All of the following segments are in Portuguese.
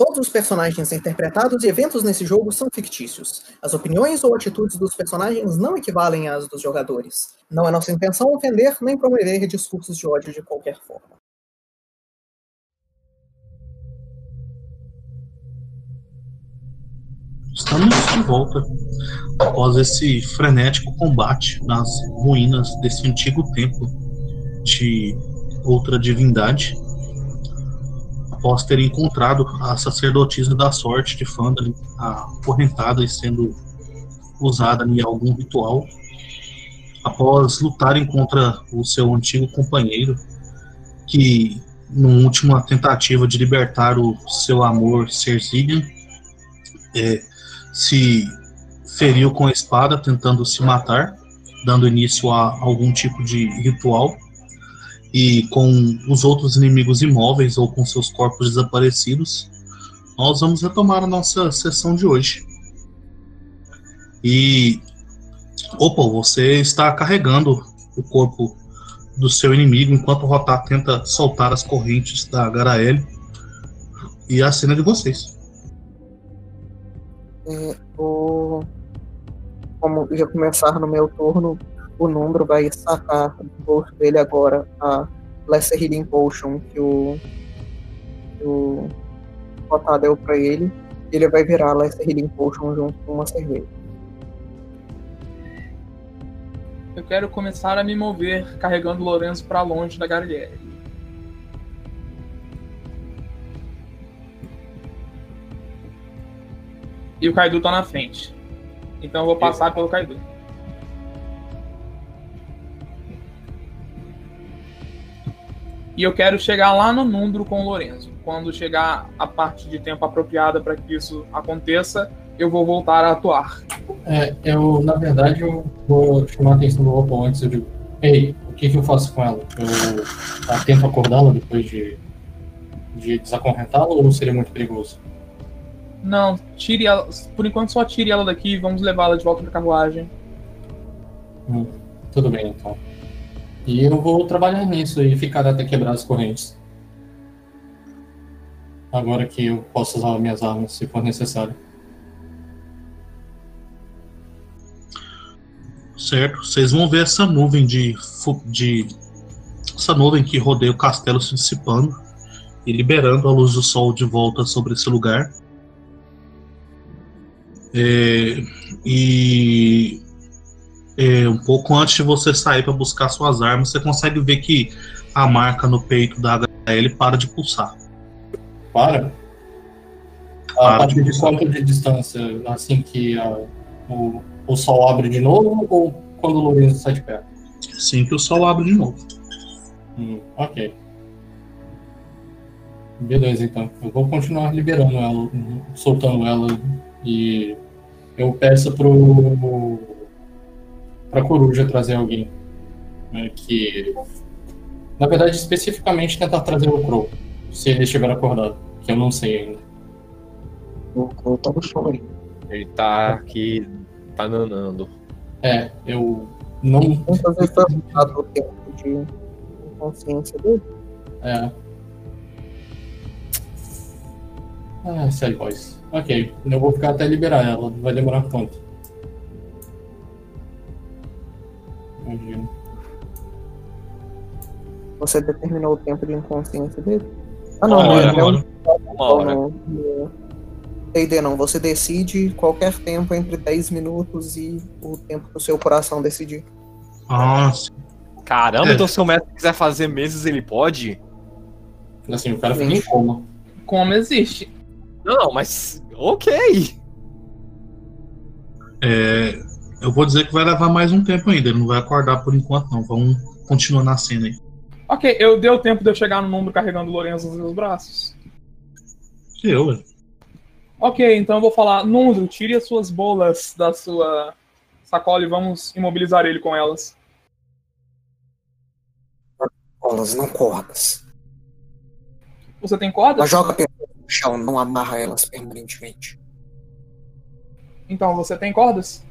Todos os personagens interpretados e eventos nesse jogo são fictícios. As opiniões ou atitudes dos personagens não equivalem às dos jogadores. Não é nossa intenção ofender nem promover discursos de ódio de qualquer forma. Estamos de volta após esse frenético combate nas ruínas desse antigo templo de outra divindade. Após ter encontrado a sacerdotisa da sorte de Phandalin, acorrentada e sendo usada em algum ritual, após lutarem contra o seu antigo companheiro, que, numa última tentativa de libertar o seu amor Serzilian, se feriu com a espada, tentando se matar, dando início a algum tipo de ritual. E com os outros inimigos imóveis ou com seus corpos desaparecidos, nós vamos retomar a nossa sessão de hoje. E Opal, você está carregando o corpo do seu inimigo enquanto o Rotar tenta soltar as correntes da Garaele. E a cena de vocês. Como ia começar no meu turno, o Numbro vai sacar do bolso dele agora a Lesser Healing Potion que o Rotar deu pra ele. E ele vai virar a Lesser Healing Potion junto com uma cerveja. Eu quero começar a me mover carregando o Lorenzo pra longe da Garaele. E o Kaido tá na frente. Então eu vou passar pelo Kaido. E eu quero chegar lá no Numbro com o Lorenzo. Quando chegar a parte de tempo apropriada para que isso aconteça, eu vou voltar a atuar. Na verdade, eu vou chamar a atenção do Opal antes. Eu digo, ei, o que eu faço com ela? Eu tento acordá-la depois de desacorrentá-la ou seria muito perigoso? Não, tire ela. Por enquanto só tire ela daqui e vamos levá-la de volta para a carruagem. Tudo bem, então. E eu vou trabalhar nisso e ficar até quebrar as correntes. Agora que eu posso usar minhas armas se for necessário. Certo, vocês vão ver essa nuvem essa nuvem que rodeia o castelo se dissipando e liberando a luz do sol de volta sobre esse lugar. Um pouco antes de você sair para buscar suas armas, você consegue ver que a marca no peito da HL para de pulsar. Para? A partir de quanto de distância? Assim que o sol abre de novo ou quando o Lorenzo sai de perto? Assim que o sol abre de novo. Ok. Beleza, então. Eu vou continuar liberando ela, soltando ela, e eu peço pra Coruja trazer alguém, né, que, na verdade, especificamente tentar trazer o Crow, se ele estiver acordado, que eu não sei ainda. O Crow tá no chão aí. Ele tá aqui, tá nanando. Eu não... Vamos fazer o tempo de consciência dele? Sério, boys. Ok, eu vou ficar até liberar ela, vai demorar quanto? Imagino. Você determinou o tempo de inconsciência dele? Uma hora. D&D não, você decide qualquer tempo entre 10 minutos e o tempo que o seu coração decidir. Nossa. Caramba, então se o mestre quiser fazer meses, ele pode? Assim, o cara fica em coma. Como existe? Não, mas... Ok. Eu vou dizer que vai levar mais um tempo ainda. Ele não vai acordar por enquanto, não. Vamos continuar na cena aí. Ok, deu tempo de eu chegar no Numbro carregando o Lorenzo nos meus braços? Velho. Ok, então eu vou falar, Numbro, tire as suas bolas da sua sacola e vamos imobilizar ele com elas. Bolas, não cordas. Você tem cordas? Ela joga pessoas no chão, não amarra elas permanentemente. Então, você tem cordas?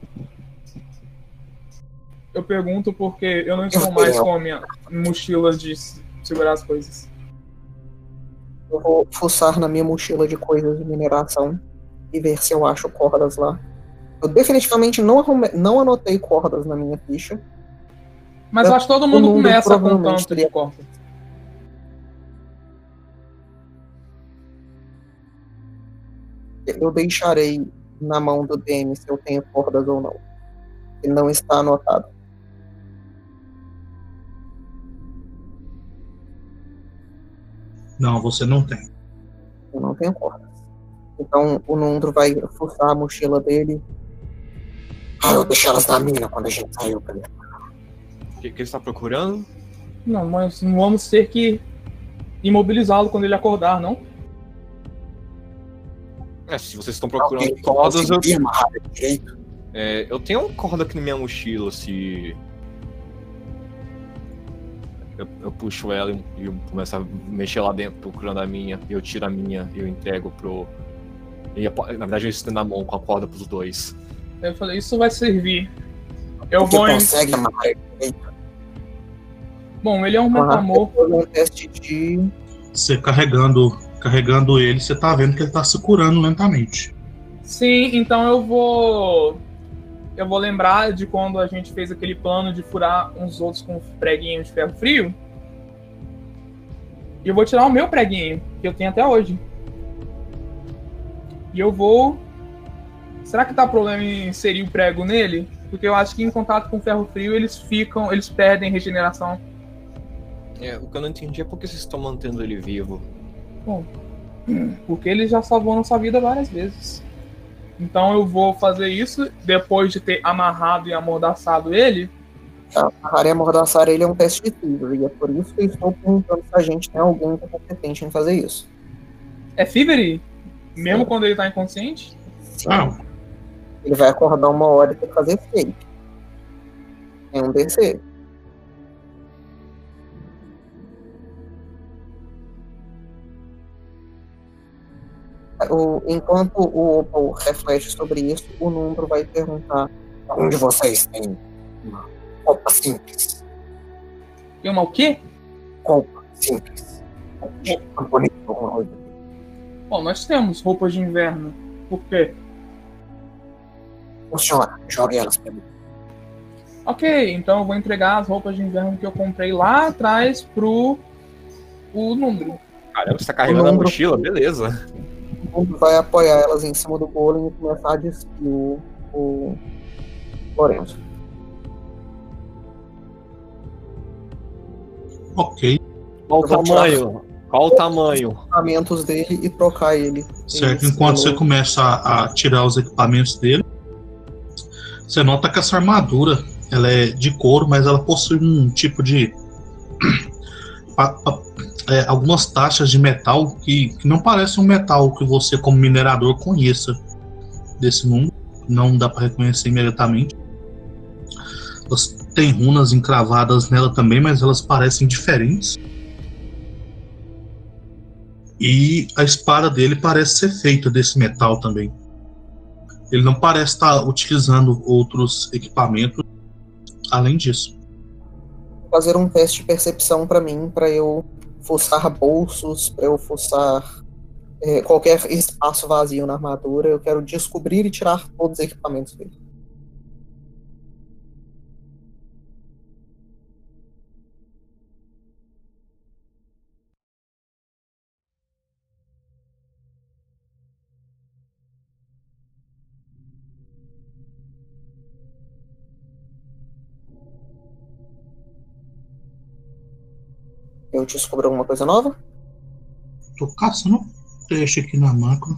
Eu pergunto porque eu não estou mais com a minha mochila de segurar as coisas. Eu vou fuçar na minha mochila de coisas de mineração e ver se eu acho cordas lá. Eu definitivamente não anotei cordas na minha ficha. Mas eu acho que todo mundo começa com um tanto de teria... cordas. Eu deixarei na mão do DM se eu tenho cordas ou não. Ele não está anotado. Não, você não tem. Eu não tenho cordas. Então o Nundro vai fuçar a mochila dele. Eu deixei elas na mina quando a gente saiu pra ele. O que ele está procurando? Não, mas não vamos ter que imobilizá-lo quando ele acordar, não? Se vocês estão procurando cordas, eu tenho uma corda aqui na minha mochila, se... Eu puxo ela e começo a mexer lá dentro procurando a minha, eu tiro a minha e eu entrego pro... E, na verdade eu estendo a mão com a corda pros dois. Eu falei, isso vai servir. Consegue amarrar ele? Bom, ele é um metamorfo. Um teste de... Você carregando ele, você tá vendo que ele tá se curando lentamente. Sim, então eu vou lembrar de quando a gente fez aquele plano de furar uns outros com preguinho de ferro frio. E eu vou tirar o meu preguinho, que eu tenho até hoje. E eu vou... Será que tá problema em inserir o prego nele? Porque eu acho que em contato com ferro frio eles perdem regeneração. O que eu não entendi é por que vocês estão mantendo ele vivo. Bom, porque ele já salvou nossa vida várias vezes. Então eu vou fazer isso depois de ter amarrado e amordaçado ele. Amarrar e amordaçar ele é um teste de thievery, e é por isso que eu estou perguntando se a gente tem alguém que é competente em fazer isso. É thievery? Mesmo quando ele tá inconsciente? Sim. Ele vai acordar uma hora e ter que fazer fake. É um DC. Enquanto o Opal reflete sobre isso, o Nundro vai perguntar: onde vocês têm uma roupa simples? E uma o quê? Roupa simples. Bom, nós temos roupas de inverno. Por quê? Funciona, jogue elas pra mim. Ok, então eu vou entregar as roupas de inverno que eu comprei lá atrás pro Nundro. Caramba, você tá carregando a mochila? Beleza. O Nundro vai apoiar elas em cima do golem e começar a despir o Lorenzo. Ok. Qual o tamanho? Os equipamentos dele e trocar ele. Certo, enquanto você começa a tirar os equipamentos dele, você nota que essa armadura ela é de couro, mas ela possui um tipo de algumas taxas de metal que não parece um metal que você como minerador conheça desse mundo, não dá para reconhecer imediatamente. Elas têm runas encravadas nela também, mas elas parecem diferentes. E a espada dele parece ser feita desse metal também. Ele não parece estar utilizando outros equipamentos além disso. Vou fazer um teste de percepção para mim, para eu fuçar bolsos, para eu fuçar qualquer espaço vazio na armadura. Eu quero descobrir e tirar todos os equipamentos dele. Eu descubro alguma coisa nova? Tô caçando um teste aqui na macro.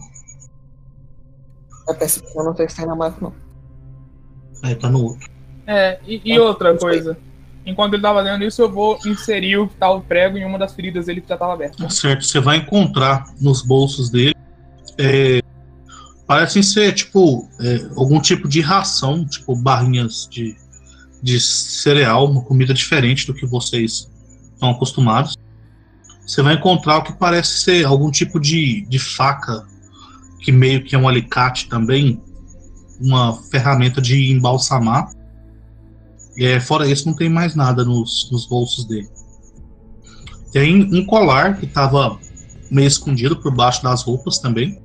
É percepção, não sei se tem na macro, não. Aí tá no outro. E outra coisa. Enquanto ele tava fazendo isso, eu vou inserir o tal prego em uma das feridas dele que já tava aberta. Certo, você vai encontrar nos bolsos dele parecem ser tipo algum tipo de ração, tipo barrinhas de cereal, uma comida diferente do que vocês estão acostumados. Você vai encontrar o que parece ser algum tipo de faca, que meio que é um alicate também, uma ferramenta de embalsamar. Fora isso, não tem mais nada nos bolsos dele. Tem um colar que estava meio escondido por baixo das roupas também.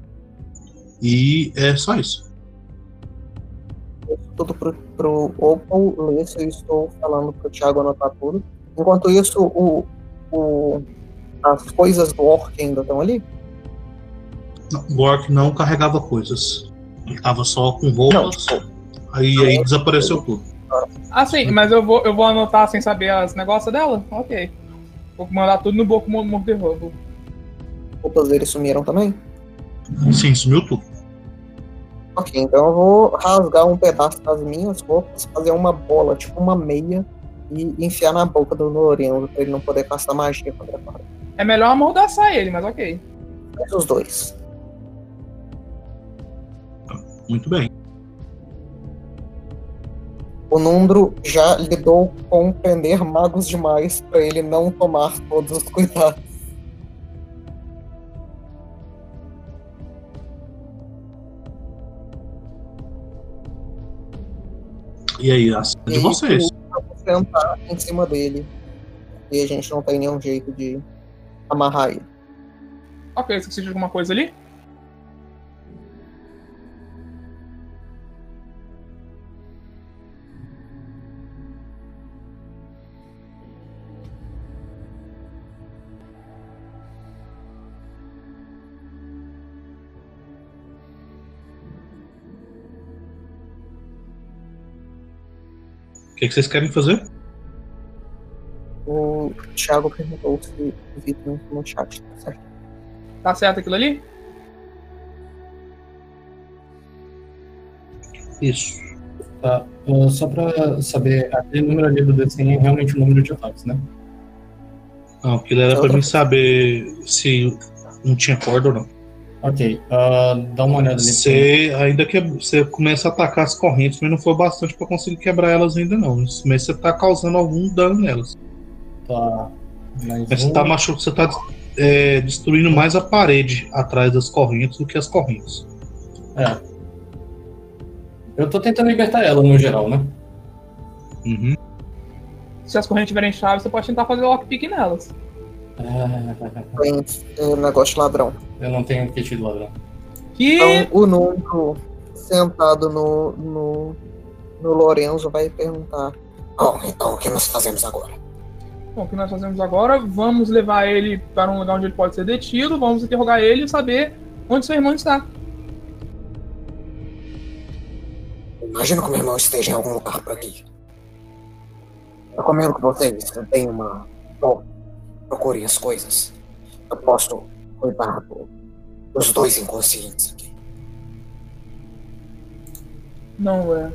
E é só isso. Tudo pro Opal ler se eu estou falando pro Thiago anotar tudo. Enquanto isso, as coisas do Orc ainda estão ali? O Orc não carregava coisas. Ele tava só com roupas. Não, tipo, aí desapareceu tudo. Ah, sim, mas eu vou anotar sem saber os negócios dela? Ok. Vou mandar tudo no Boku Morderrobo. As roupas deles sumiram também? Sim, sumiu tudo. Ok, então eu vou rasgar um pedaço das minhas roupas, fazer uma bola, tipo uma meia, e enfiar na boca do Lorenzo, pra ele não poder castar magia contra a parede. É melhor amordaçar ele, mas ok. Mas os dois. Muito bem. O Nundro já lidou com prender magos demais pra ele não tomar todos os cuidados. E aí, a cena de vocês. Eu vou sentar em cima dele. E a gente não tem nenhum jeito de amarrar ele. Ok, você precisa de alguma coisa ali? O que vocês querem fazer? O Thiago perguntou se o Vitor no chat, tá certo? Tá certo aquilo ali? Isso. Tá. Só pra saber, aquele número ali do D100 é realmente o número de ataques, né? Não, aquilo era pra mim saber se não tinha corda ou não. Ok, dá uma olhada ali. Você, ainda que você começa a atacar as correntes, mas não foi bastante pra conseguir quebrar elas ainda não. Mas você tá causando algum dano nelas. Tá. Mas você tá machucando, você tá destruindo mais a parede atrás das correntes do que as correntes. É. Eu tô tentando libertar ela no geral, né? Uhum. Se as correntes tiverem chave, você pode tentar fazer lockpick nelas. Tem negócio de ladrão. Eu não tenho kit de ladrão. Que... Então o Nundro, sentado no Lorenzo, vai perguntar: Bom, então o que nós fazemos agora? Bom, o que nós fazemos agora? Vamos levar ele para um lugar onde ele pode ser detido, vamos interrogar ele e saber onde seu irmão está. Imagino que meu irmão esteja em algum lugar por aqui. Eu recomendo que vocês tenham uma... Bom, procurem as coisas. Eu posso cuidar dos dois inconscientes aqui. Não é.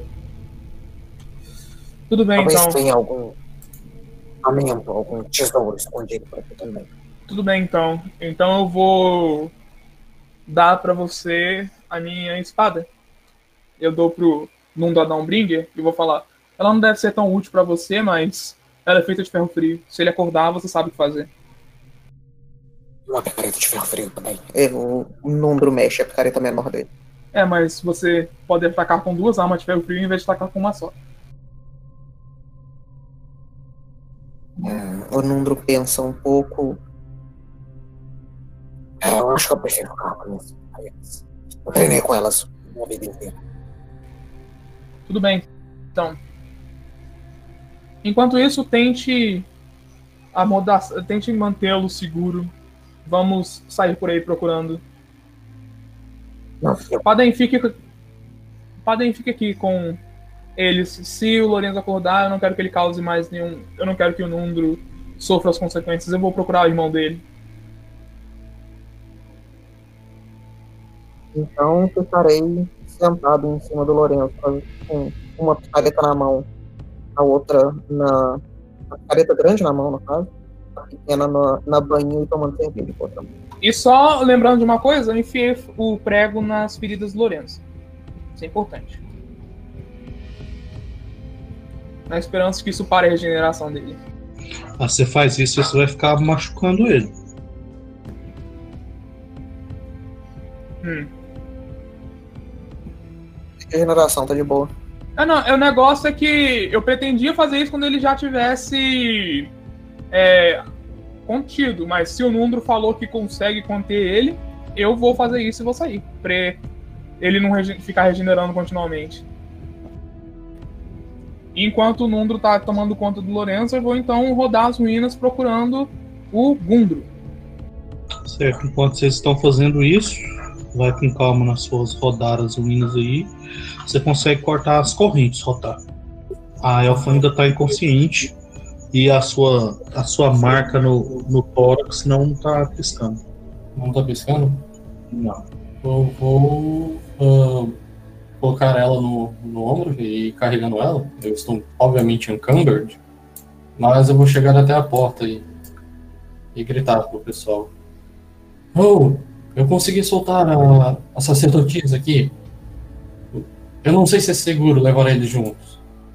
Tudo bem, Talvez então. tenha algum lamento, algum tesouro escondido por aqui também. Tudo bem, então. Então eu vou dar pra você a minha espada. Eu dou pro Nundro Adambringer e vou falar: ela não deve ser tão útil pra você, mas ela é feita de ferro frio. Se ele acordar, você sabe o que fazer. Uma picareta de ferro frio também. o Nundro mexe a picareta menor dele. É, mas você pode atacar com 2 armas de ferro frio em vez de atacar com uma só. O Nundro pensa um pouco. Eu acho que eu prefiro ficar com minhas picaretas. Eu treinei com elas uma vida inteira. Tudo bem. Então, enquanto isso, tente mantê-lo seguro. Vamos sair por aí procurando. Não, Padem fique aqui com eles. Se o Lorenzo acordar, eu não quero que ele cause mais nenhum. Eu não quero que o Nundro sofra as consequências. Eu vou procurar o irmão dele. Então ficarei sentado em cima do Lorenzo, com uma picareta na mão, a outra a picareta grande na mão, no caso, a pequena na banho e tomando cerveja com outra mão. E só lembrando de uma coisa, eu enfiei o prego nas feridas do Lorenzo. Isso é importante. Na esperança que isso pare a regeneração dele. Ah, você faz isso, você vai ficar machucando ele. Regeneração, tá de boa. Não, o negócio é que eu pretendia fazer isso quando ele já tivesse contido, mas se o Nundro falou que consegue conter ele, eu vou fazer isso e vou sair, pra ele não ficar regenerando continuamente. Enquanto o Nundro tá tomando conta do Lourenço, eu vou então rodar as ruínas procurando o Gundro. Certo, enquanto vocês estão fazendo isso, vai com calma nas suas rodadas ruínas aí, você consegue cortar as correntes, Rotar. A elfa ainda tá inconsciente e a sua marca no tórax não tá piscando. Não tá piscando? Não. Eu vou colocar ela no ombro e ir carregando ela. Eu estou, obviamente, encumbered, mas eu vou chegar até a porta e gritar pro pessoal. Oh, eu consegui soltar a sacerdotisa aqui. Eu não sei se é seguro levar eles juntos.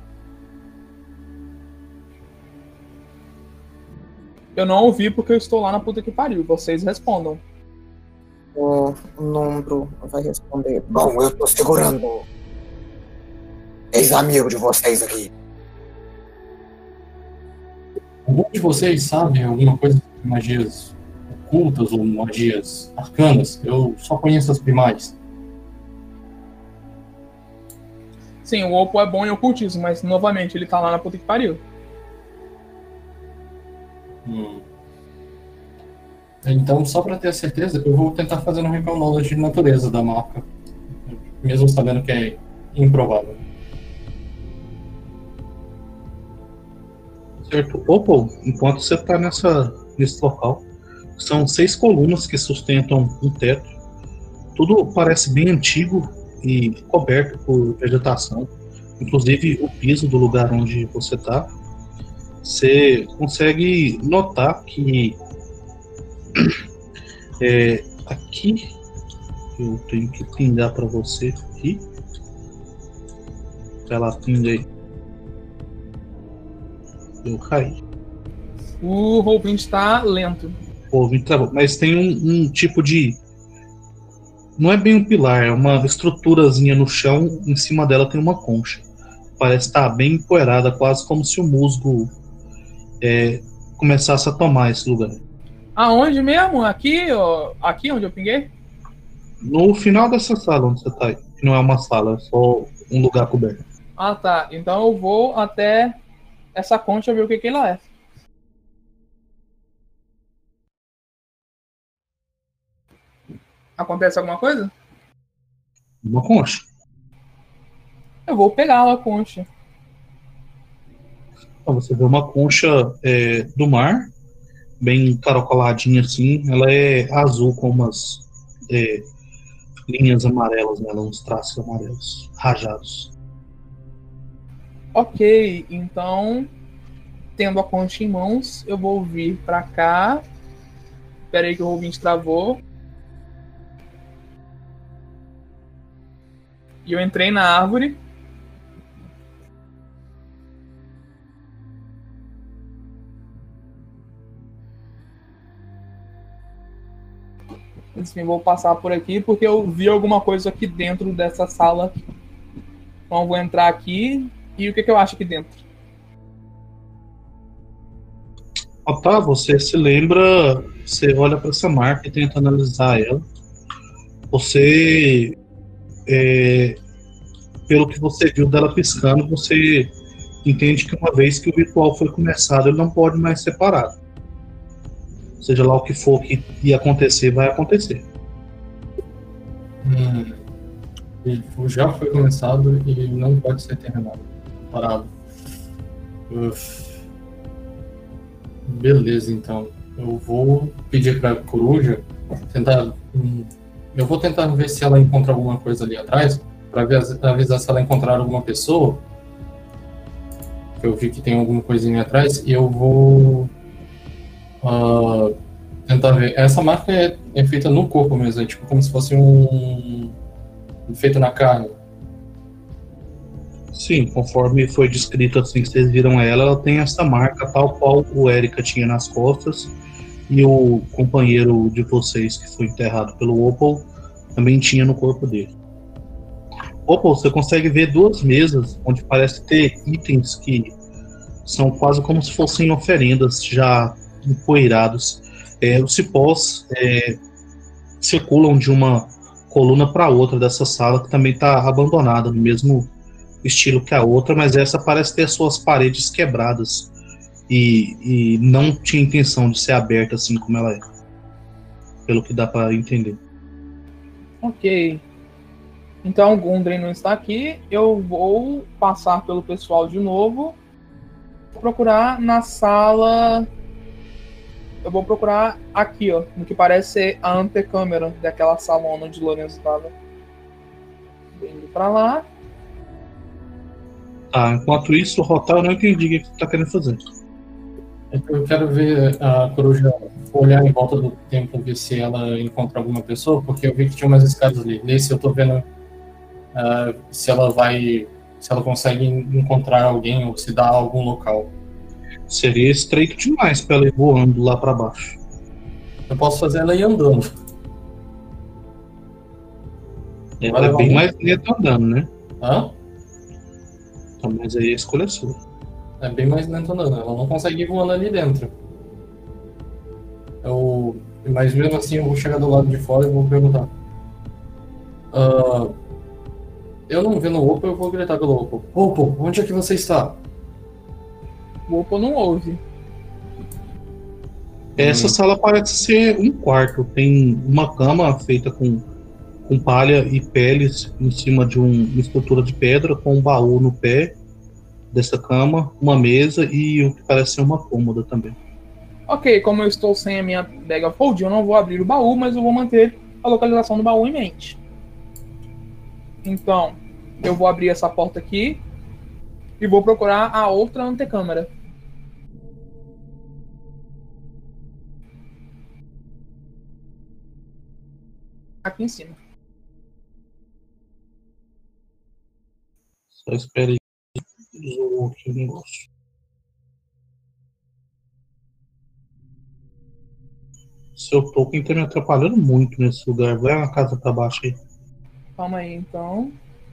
Eu não ouvi porque eu estou lá na puta que pariu. Vocês respondam. O Nundro vai responder. Bom, eu tô segurando ex-amigo de vocês aqui. Algum de vocês sabe alguma coisa sobre magias ocultas ou magias arcanas? Eu só conheço as primais. Sim, o Opal é bom em ocultismo, mas novamente ele tá lá na puta que pariu. Então, só para ter a certeza, eu vou tentar fazer um recall knowledge de natureza da marca, mesmo sabendo que é improvável. Certo. Opal, enquanto você está nesse local, são 6 colunas que sustentam um teto. Tudo parece bem antigo e coberto por vegetação. Inclusive o piso do lugar onde você está. Você consegue notar que aqui eu tenho que pingar para você aqui. Ela pinga aí. Eu caí. O Roll20 está lento. O Roll20 tá bom, mas tem um tipo de... Não é bem um pilar, é uma estruturazinha no chão, em cima dela tem uma concha. Parece estar bem empoeirada, quase como se o musgo começasse a tomar esse lugar. Aonde mesmo? Aqui, ó, aqui onde eu pinguei? No final dessa sala onde você tá aí, que não é uma sala, é só um lugar coberto. Ah, tá. Então eu vou até essa concha ver o que ela é. Acontece alguma coisa? Uma concha. Eu vou pegar a concha. Então, você vê uma concha do mar, bem caracoladinha assim. Ela é azul com umas linhas amarelas nela, uns traços amarelos, rajados. Ok, então, tendo a concha em mãos, eu vou vir pra cá. Espera aí que o Roll20 travou. E eu entrei na árvore. Enfim, vou passar por aqui porque eu vi alguma coisa aqui dentro dessa sala. Então eu vou entrar aqui. E o que eu acho aqui dentro? Tá, você se lembra, você olha para essa marca e tenta analisar ela. Você, pelo que você viu dela piscando, você entende que uma vez que o ritual foi começado, ele não pode mais ser parado. Seja lá o que for que ia acontecer, vai acontecer. Já foi começado e não pode ser terminado. Parado. Beleza, então. Eu vou pedir pra coruja tentar. Eu vou tentar ver se ela encontra alguma coisa ali atrás, pra avisar se ela encontrar alguma pessoa. Eu vi que tem alguma coisinha atrás e eu vou tentar ver. Essa marca é feita no corpo mesmo, é tipo como se fosse feita na carne. Sim, conforme foi descrito assim que vocês viram ela tem essa marca tal qual o Erika tinha nas costas e o companheiro de vocês que foi enterrado pelo Opal também tinha no corpo dele. Opal, você consegue ver 2 mesas onde parece ter itens que são quase como se fossem oferendas já empoeirados. Os cipós circulam de uma coluna para outra dessa sala, que também está abandonada, no mesmo estilo que a outra, mas essa parece ter suas paredes quebradas e não tinha intenção de ser aberta assim como ela é, pelo que dá para entender. Ok. Então o Gundren não está aqui. Eu vou passar pelo pessoal de novo. Vou procurar na sala. Eu vou procurar aqui, ó, no que parece ser a antecâmera daquela salona onde Lourenço estava. Indo pra lá. Tá, enquanto isso, o Rotar eu não entendi o que você tá querendo fazer. Eu quero ver a coruja olhar em volta do templo, ver se ela encontra alguma pessoa, porque eu vi que tinha umas escadas ali. Nesse eu tô vendo se ela consegue encontrar alguém ou se dá algum local. Seria estreito demais pra ela ir voando lá pra baixo. Eu posso fazer ela ir andando. Ela é bem mais lenta andando, né? Hã? Então, mas aí a escolha é sua. É bem mais lenta andando. Ela não consegue ir voando ali dentro. Mas mesmo assim eu vou chegar do lado de fora e vou perguntar. Eu não vendo o Opal, eu vou gritar pelo Opal. Opal, onde é que você está? O Opal não ouve. Essa sala parece ser um quarto. Tem uma cama feita com palha e peles em cima de uma estrutura de pedra, com um baú no pé dessa cama, uma mesa e o que parece ser uma cômoda também. Ok, como eu estou sem a minha bag of holding, eu não vou abrir o baú, mas eu vou manter a localização do baú em mente. Então, eu vou abrir essa porta aqui e vou procurar a outra antecâmara. Aqui em cima. Só espere aí. Isolou aqui o negócio. Seu token tá me atrapalhando muito nesse lugar. Vai uma casa pra baixo aí. Calma aí, então.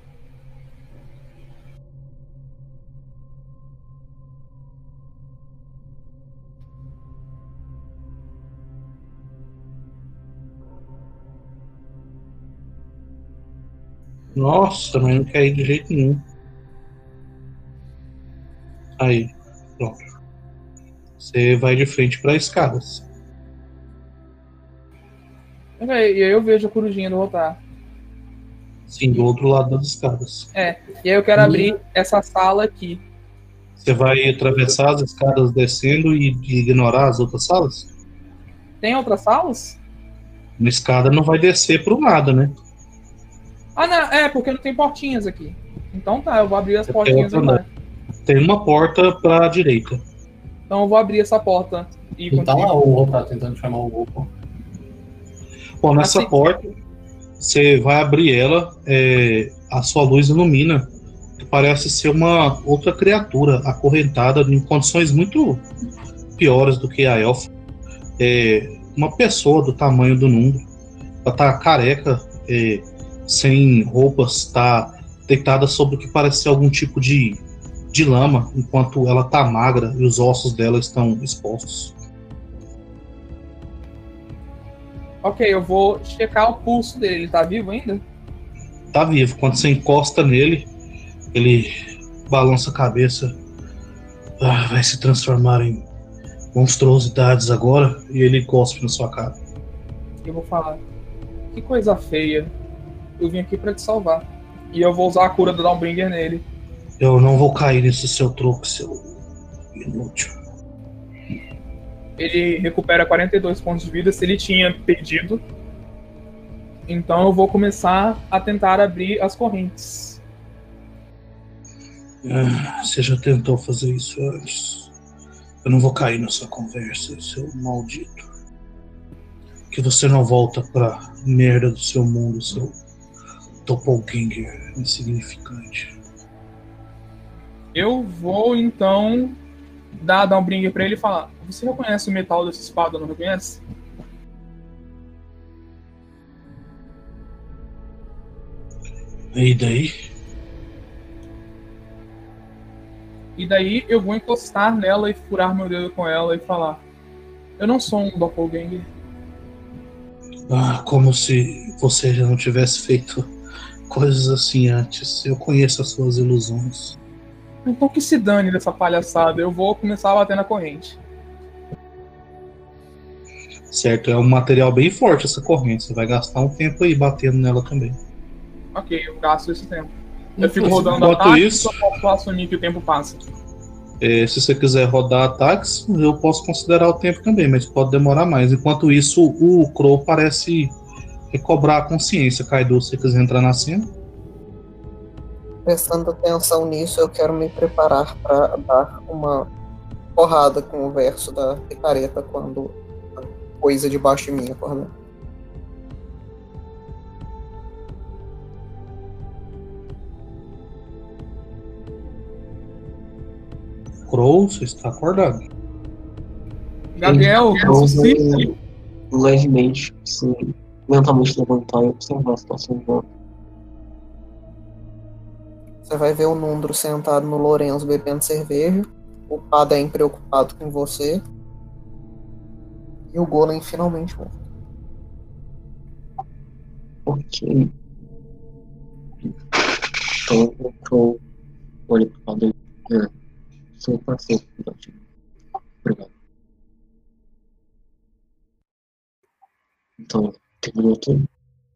Nossa, mas não quer ir de jeito nenhum. Aí, pronto. Você vai de frente para escadas. E aí eu vejo a corujinha do Rotar. Sim, do outro lado das escadas. E aí eu quero abrir essa sala aqui. Você vai atravessar as escadas descendo e ignorar as outras salas? Tem outras salas? Uma escada não vai descer pro nada, né? Ah, não, porque não tem portinhas aqui. Então tá, eu vou abrir as portinhas agora. Tem uma porta pra direita. Então eu vou abrir essa porta e tá lá o Opal tentando chamar o Opal. Bom, nessa porta, você vai abrir ela, a sua luz ilumina, que parece ser uma outra criatura acorrentada em condições muito piores do que a elfa. Uma pessoa do tamanho do Nundo. Ela tá careca, sem roupas, tá deitada sobre o que parece ser algum tipo de lama, enquanto ela tá magra e os ossos dela estão expostos. Ok, eu vou checar o pulso dele. Ele tá vivo ainda? Tá vivo. Quando você encosta nele, ele balança a cabeça. Vai se transformar em monstruosidades agora. E ele cospe na sua cara. Eu vou falar: que coisa feia. Eu vim aqui pra te salvar. E eu vou usar a cura do Dawnbringer nele. Eu não vou cair nesse seu truque, seu inútil. Ele recupera 42 pontos de vida se ele tinha perdido. Então eu vou começar a tentar abrir as correntes. Você já tentou fazer isso antes. Eu não vou cair na sua conversa, seu maldito. Que você não volta pra merda do seu mundo, seu doppelganger insignificante. Eu vou então dar a Dawnbringer pra ele e falar: você reconhece o metal dessa espada, não reconhece? E daí? E daí eu vou encostar nela e furar meu dedo com ela e falar: Eu não sou um doppelganger. Ah, como se você já não tivesse feito coisas assim antes. Eu conheço as suas ilusões. Então que se dane dessa palhaçada. Eu vou começar a bater na corrente. Certo, é um material bem forte essa corrente. Você vai gastar um tempo aí batendo nela também. Ok, eu gasto esse tempo. Eu fico rodando Enquanto ataque, isso, só posso assumir que o tempo passa. se você quiser rodar ataques, eu posso considerar o tempo também, mas pode demorar mais. Enquanto isso, o Crow parece recobrar a consciência. Kaido, se você quiser entrar na cena. Prestando atenção nisso, eu quero me preparar para dar uma porrada com o verso da picareta quando a coisa debaixo de mim acordar. Crow, você está acordado. Gabriel, Eu ressuscite. vou levemente, assim, lentamente levantar e observar a situação de volta. Você vai ver o Nundro sentado no Lourenço bebendo cerveja, o Paden preocupado com você e o Golem finalmente morto. Ok. Então eu tô olhando pro lado dele. Seu parceiro, filhote. Obrigado. Então, terminou tudo?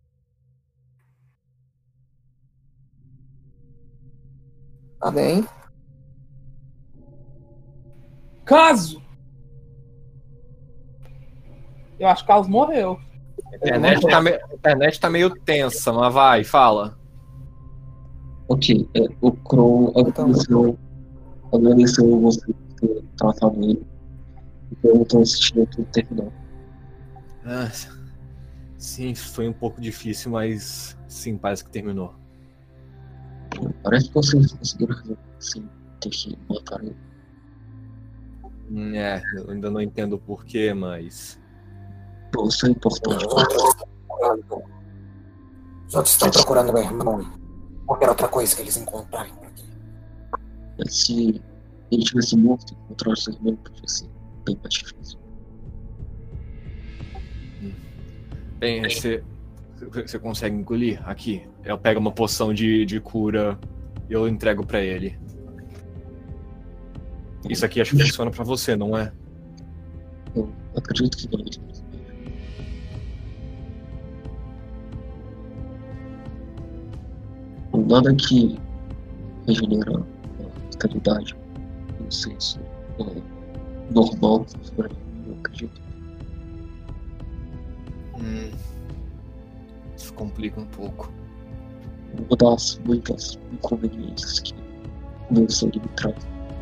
Tá bem? Caso! Eu acho que Carlos morreu. A internet tá meio tensa, mas vai, fala. Ok, o Crow agradeceu você por ter tratado ele e perguntou se tinha tudo terminado. Ah, sim, foi um pouco difícil, mas sim, parece que terminou. Parece que vocês conseguiram resolver sem ter que matar ele. Eu ainda não entendo o porquê, mas. Bom, isso é importante. Os outros estão procurando meu irmão. Qualquer outra coisa que eles encontrarem por aqui. Se ele tivesse morto, encontrar o seu irmão podia ser bem mais difícil. Bem, você consegue engolir? Aqui. Eu pego uma poção de cura e eu entrego pra ele. Isso aqui acho que funciona pra você, não é? Eu acredito que não. Nada que regenera a vitalidade, não sei se é normal, eu acredito. Isso complica um pouco. Uma das muitas inconveniências que o meu sangue me traz.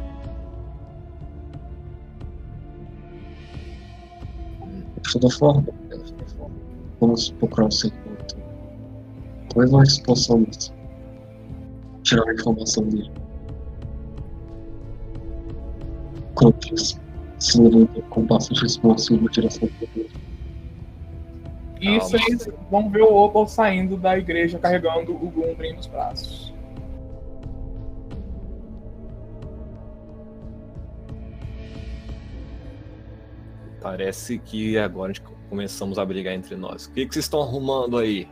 De toda forma, vamos procurar o seu irmão. Talvez nós possamos tirar a informação dele. Crópis se levanta com bastante esforço em uma direção para ele. Isso aí, vamos ver o Opal saindo da igreja carregando o Gundren nos braços. Parece que agora a gente começamos a brigar entre nós. O que vocês estão arrumando aí?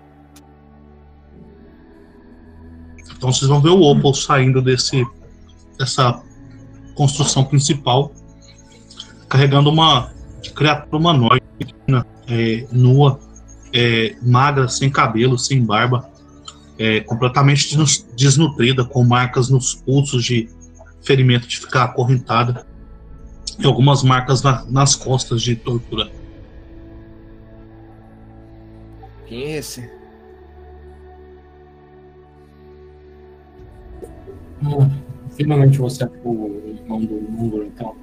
Então vocês vão ver o Opal saindo dessa construção principal, carregando uma criatura humanoide, nua, magra, sem cabelo, sem barba, completamente desnutrida, com marcas nos pulsos de ferimento de ficar acorrentada e algumas marcas nas costas de tortura. Quem é esse? Finalmente você é o irmão do mundo, então.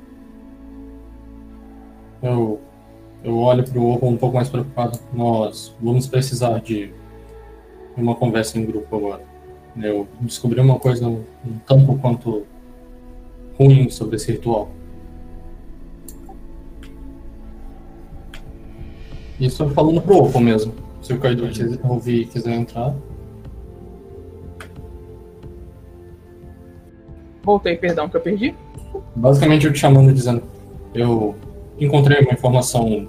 Eu olho pro Opal um pouco mais preocupado. Nós vamos precisar de uma conversa em grupo agora. Eu descobri uma coisa um tanto quanto ruim sobre esse ritual. Isso eu falando pro Opal mesmo. Se o Kaido ouvir e quiser entrar. Voltei, perdão, que eu perdi. Basicamente eu te chamando dizendo, eu encontrei uma informação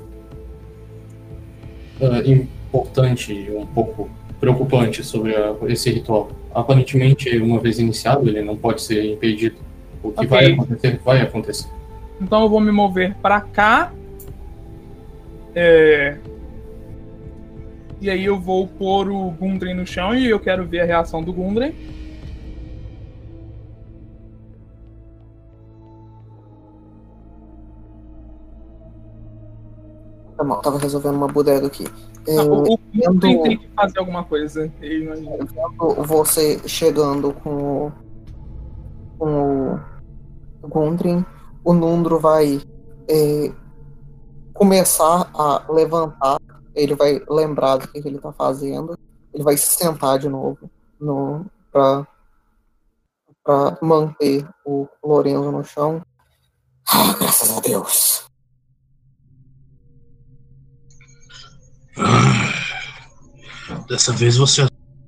importante e um pouco preocupante sobre esse ritual. Aparentemente, uma vez iniciado, ele não pode ser impedido. O que vai acontecer, vai acontecer. Então eu vou me mover pra cá. E aí eu vou pôr o Gundren no chão e eu quero ver a reação do Gundren. Tá bom, tava resolvendo uma bodega aqui. O Gundren tem que fazer alguma coisa. Vendo você chegando com o Gundren, o Nundro vai começar a levantar. Ele vai lembrar do que ele tá fazendo. Ele vai se sentar de novo pra manter o Lorenzo no chão. Ah, graças a Deus. Dessa vez você...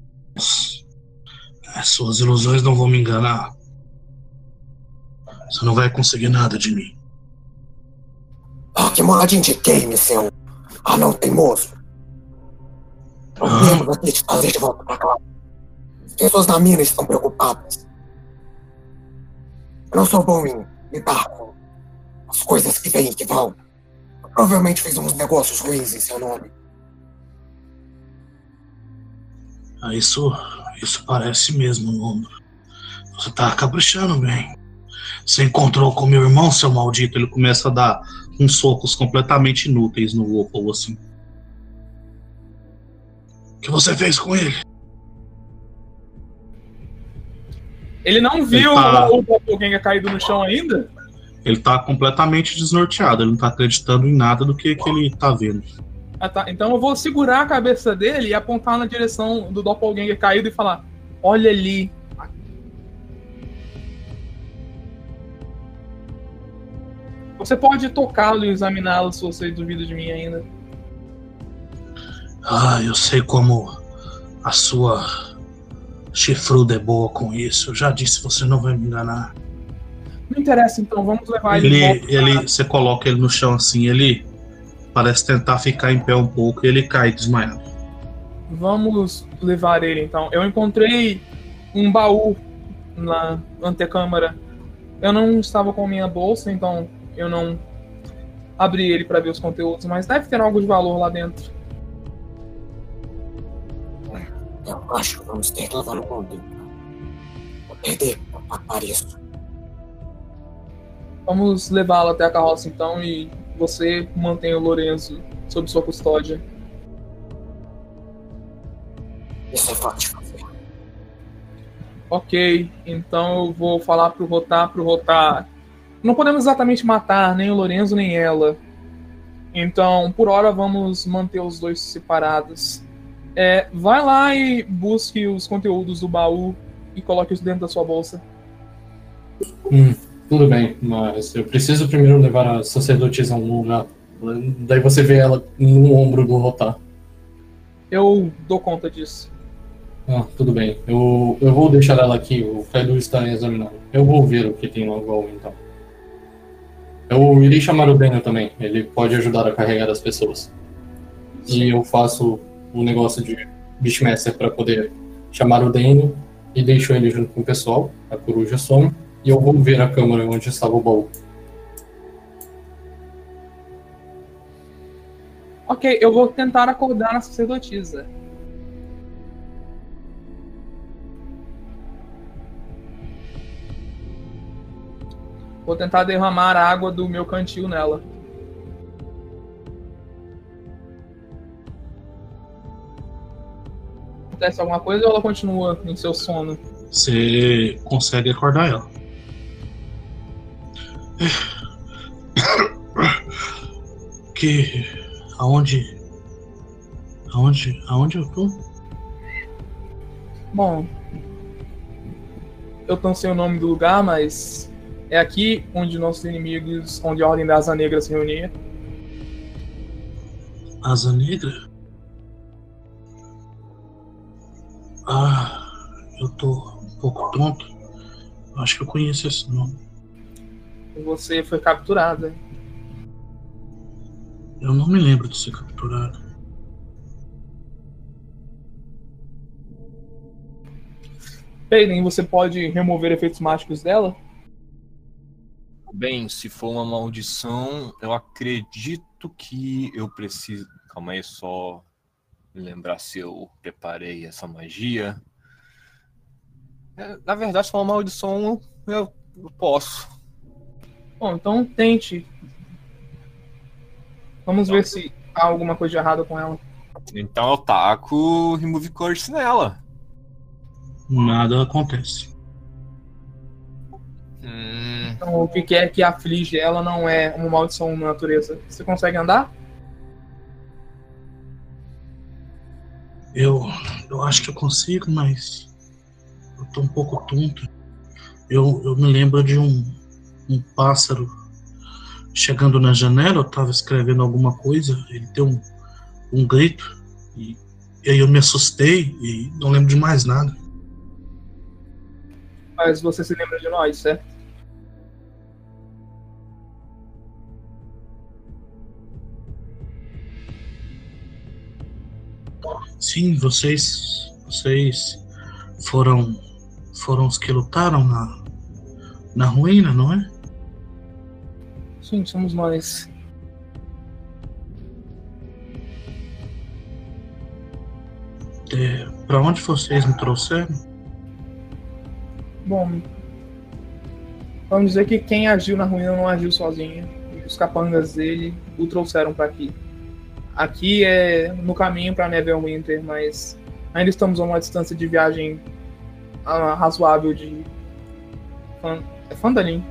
Suas ilusões não vão me enganar. Você não vai conseguir nada de mim. Ah, que moradinho de game, seu anão teimoso. Não lembro aqui de fazer de volta pra cá. As pessoas na mina estão preocupadas. Eu não sou bom em lidar com as coisas que vêm e que vão. Eu provavelmente fiz uns negócios ruins em seu nome. Isso parece mesmo, Nuno. Você tá caprichando bem. Você encontrou com meu irmão, seu maldito. Ele começa a dar uns socos completamente inúteis no Opal, assim. O que você fez com ele? Ele não viu o Doppelganger caído no chão ainda? Ele tá completamente desnorteado. Ele não tá acreditando em nada do que ele tá vendo. Ah, tá. Então eu vou segurar a cabeça dele e apontar na direção do Doppelganger caído e falar: olha ali. Você pode tocá-lo e examiná-lo se você duvida de mim ainda. Eu sei como a sua chifruda é boa com isso. Eu já disse, você não vai me enganar. Não interessa, então. Vamos levar ele Você coloca ele no chão assim, ele parece tentar ficar em pé um pouco e ele cai desmaiado. Vamos levar ele, então. Eu encontrei um baú na antecâmara. Eu não estava com minha bolsa, então eu não abri ele para ver os conteúdos, mas deve ter algo de valor lá dentro. Eu acho que vamos ter que levar no mundo. Vou perder para isso. Vamos levá-lo até a carroça, então, e você mantém o Lorenzo sob sua custódia. Isso é fácil de fazer. Ok, então eu vou falar pro Rotar. Não podemos exatamente matar nem o Lorenzo nem ela. Então, por hora, vamos manter os dois separados. Vai lá e busque os conteúdos do baú e coloque isso dentro da sua bolsa. Tudo bem, mas eu preciso primeiro levar a sacerdotisa a um lugar. Daí você vê ela no ombro do Rotar. Eu dou conta disso. Tudo bem. Eu vou deixar ela aqui, o Kaido está examinando. Eu vou ver o que tem no baú, então. Eu irei chamar o Daniel também, ele pode ajudar a carregar as pessoas. E eu faço o negócio de Beastmaster para poder chamar o Daniel e deixo ele junto com o pessoal, a coruja some, e eu vou ver a câmara onde estava o baú. Ok, eu vou tentar acordar a sacerdotisa. Vou tentar derramar a água do meu cantil nela. Acontece alguma coisa ou ela continua em seu sono? Você consegue acordar ela. Aonde eu tô? Bom, eu não sei o nome do lugar, mas é aqui onde nossos inimigos, onde a Ordem da Asa Negra se reunia. Asa Negra? Eu tô um pouco tonto. Acho que eu conheço esse nome. Você foi capturada. Eu não me lembro de ser capturado. Peyden, você pode remover efeitos mágicos dela? Bem, se for uma maldição, eu acredito que eu preciso... Calma aí, só me lembrar se eu preparei essa magia. Na verdade, se for uma maldição, eu posso. Bom, então tente. Vamos ver se há alguma coisa de errado com ela. Então eu taco Remove Curse nela. Nada acontece. Então, o que é que aflige ela não é uma maldição na natureza. Você consegue andar? Eu acho que eu consigo, mas eu tô um pouco tonto. Eu me lembro de um pássaro chegando na janela, eu tava escrevendo alguma coisa, ele deu um grito, e aí eu me assustei e não lembro de mais nada. Mas você se lembra de nós, certo? Sim, vocês foram os que lutaram na ruína, não é? Sim, somos nós. Pra onde vocês me trouxeram? Bom, vamos dizer que quem agiu na ruína não agiu sozinho. Os capangas dele o trouxeram para aqui. Aqui é no caminho para Neverwinter, mas ainda estamos a uma distância de viagem razoável de... É Phandalin?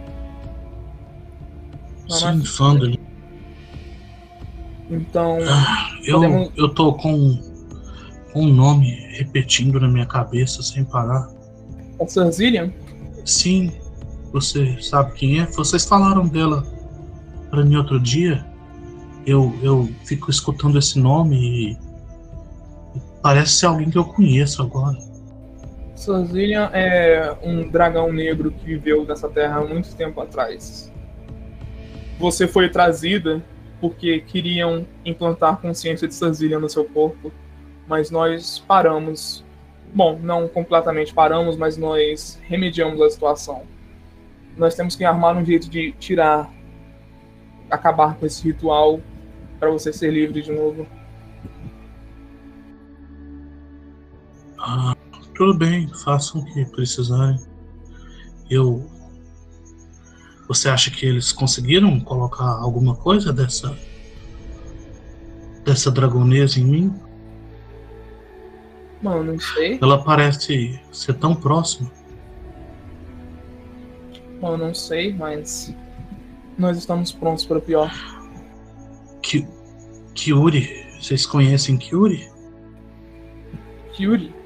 Sim, Phandalin. Então... Eu tô com um nome repetindo na minha cabeça sem parar. A Sarzilian? Sim, você sabe quem é? Vocês falaram dela pra mim outro dia. Eu fico escutando esse nome e parece ser alguém que eu conheço agora. Sarzilian é um dragão negro que viveu nessa terra há muito tempo atrás. Você foi trazida porque queriam implantar consciência de Sarzilian no seu corpo, mas nós paramos. Bom, não completamente paramos, mas nós remediamos a situação. Nós temos que armar um jeito de acabar com esse ritual para você ser livre de novo. Tudo bem, façam o que precisarem. Você acha que eles conseguiram colocar alguma coisa dessa dragonesa em mim? Mano, não sei. Ela parece ser tão próxima. Bom, não sei, mas nós estamos prontos para o pior. Kyuri, vocês conhecem Kyuri? Kyuri?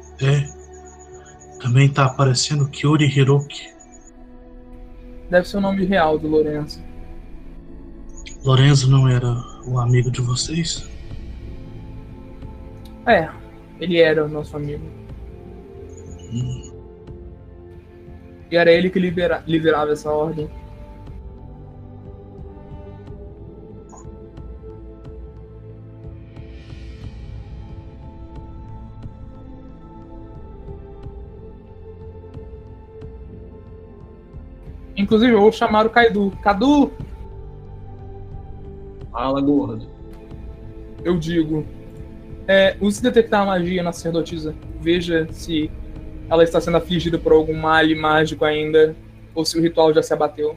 É. Também tá aparecendo Kyuri Hiroki. Deve ser o nome real do Lorenzo. Lorenzo não era o amigo de vocês? É, ele era o nosso amigo. E era ele que liderava essa ordem. Inclusive, eu vou chamar o Kaido. Cadu! Fala, gordo. Eu digo... use detectar magia na sacerdotisa. Veja se ela está sendo afligida por algum mal mágico ainda, ou se o ritual já se abateu.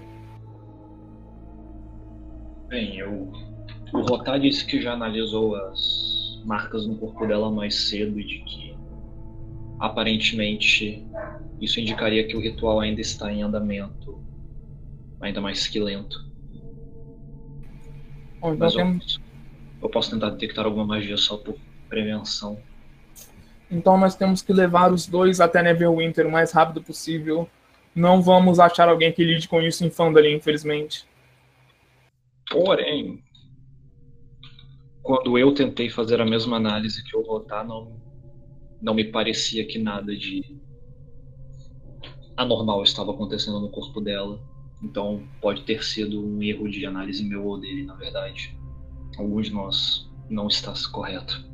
Bem, o Rotar disse que já analisou as marcas no corpo dela mais cedo e de que aparentemente isso indicaria que o ritual ainda está em andamento, ainda mais que lento. Bom, então Mas eu posso tentar detectar alguma magia só por prevenção. Então nós temos que levar os dois até Neverwinter o mais rápido possível. Não vamos achar alguém que lide com isso em Phandalin, infelizmente. Porém, quando eu tentei fazer a mesma análise que o Rotar, não me parecia que nada de anormal estava acontecendo no corpo dela. Então pode ter sido um erro de análise meu ou dele, na verdade. algum de nós não está correto.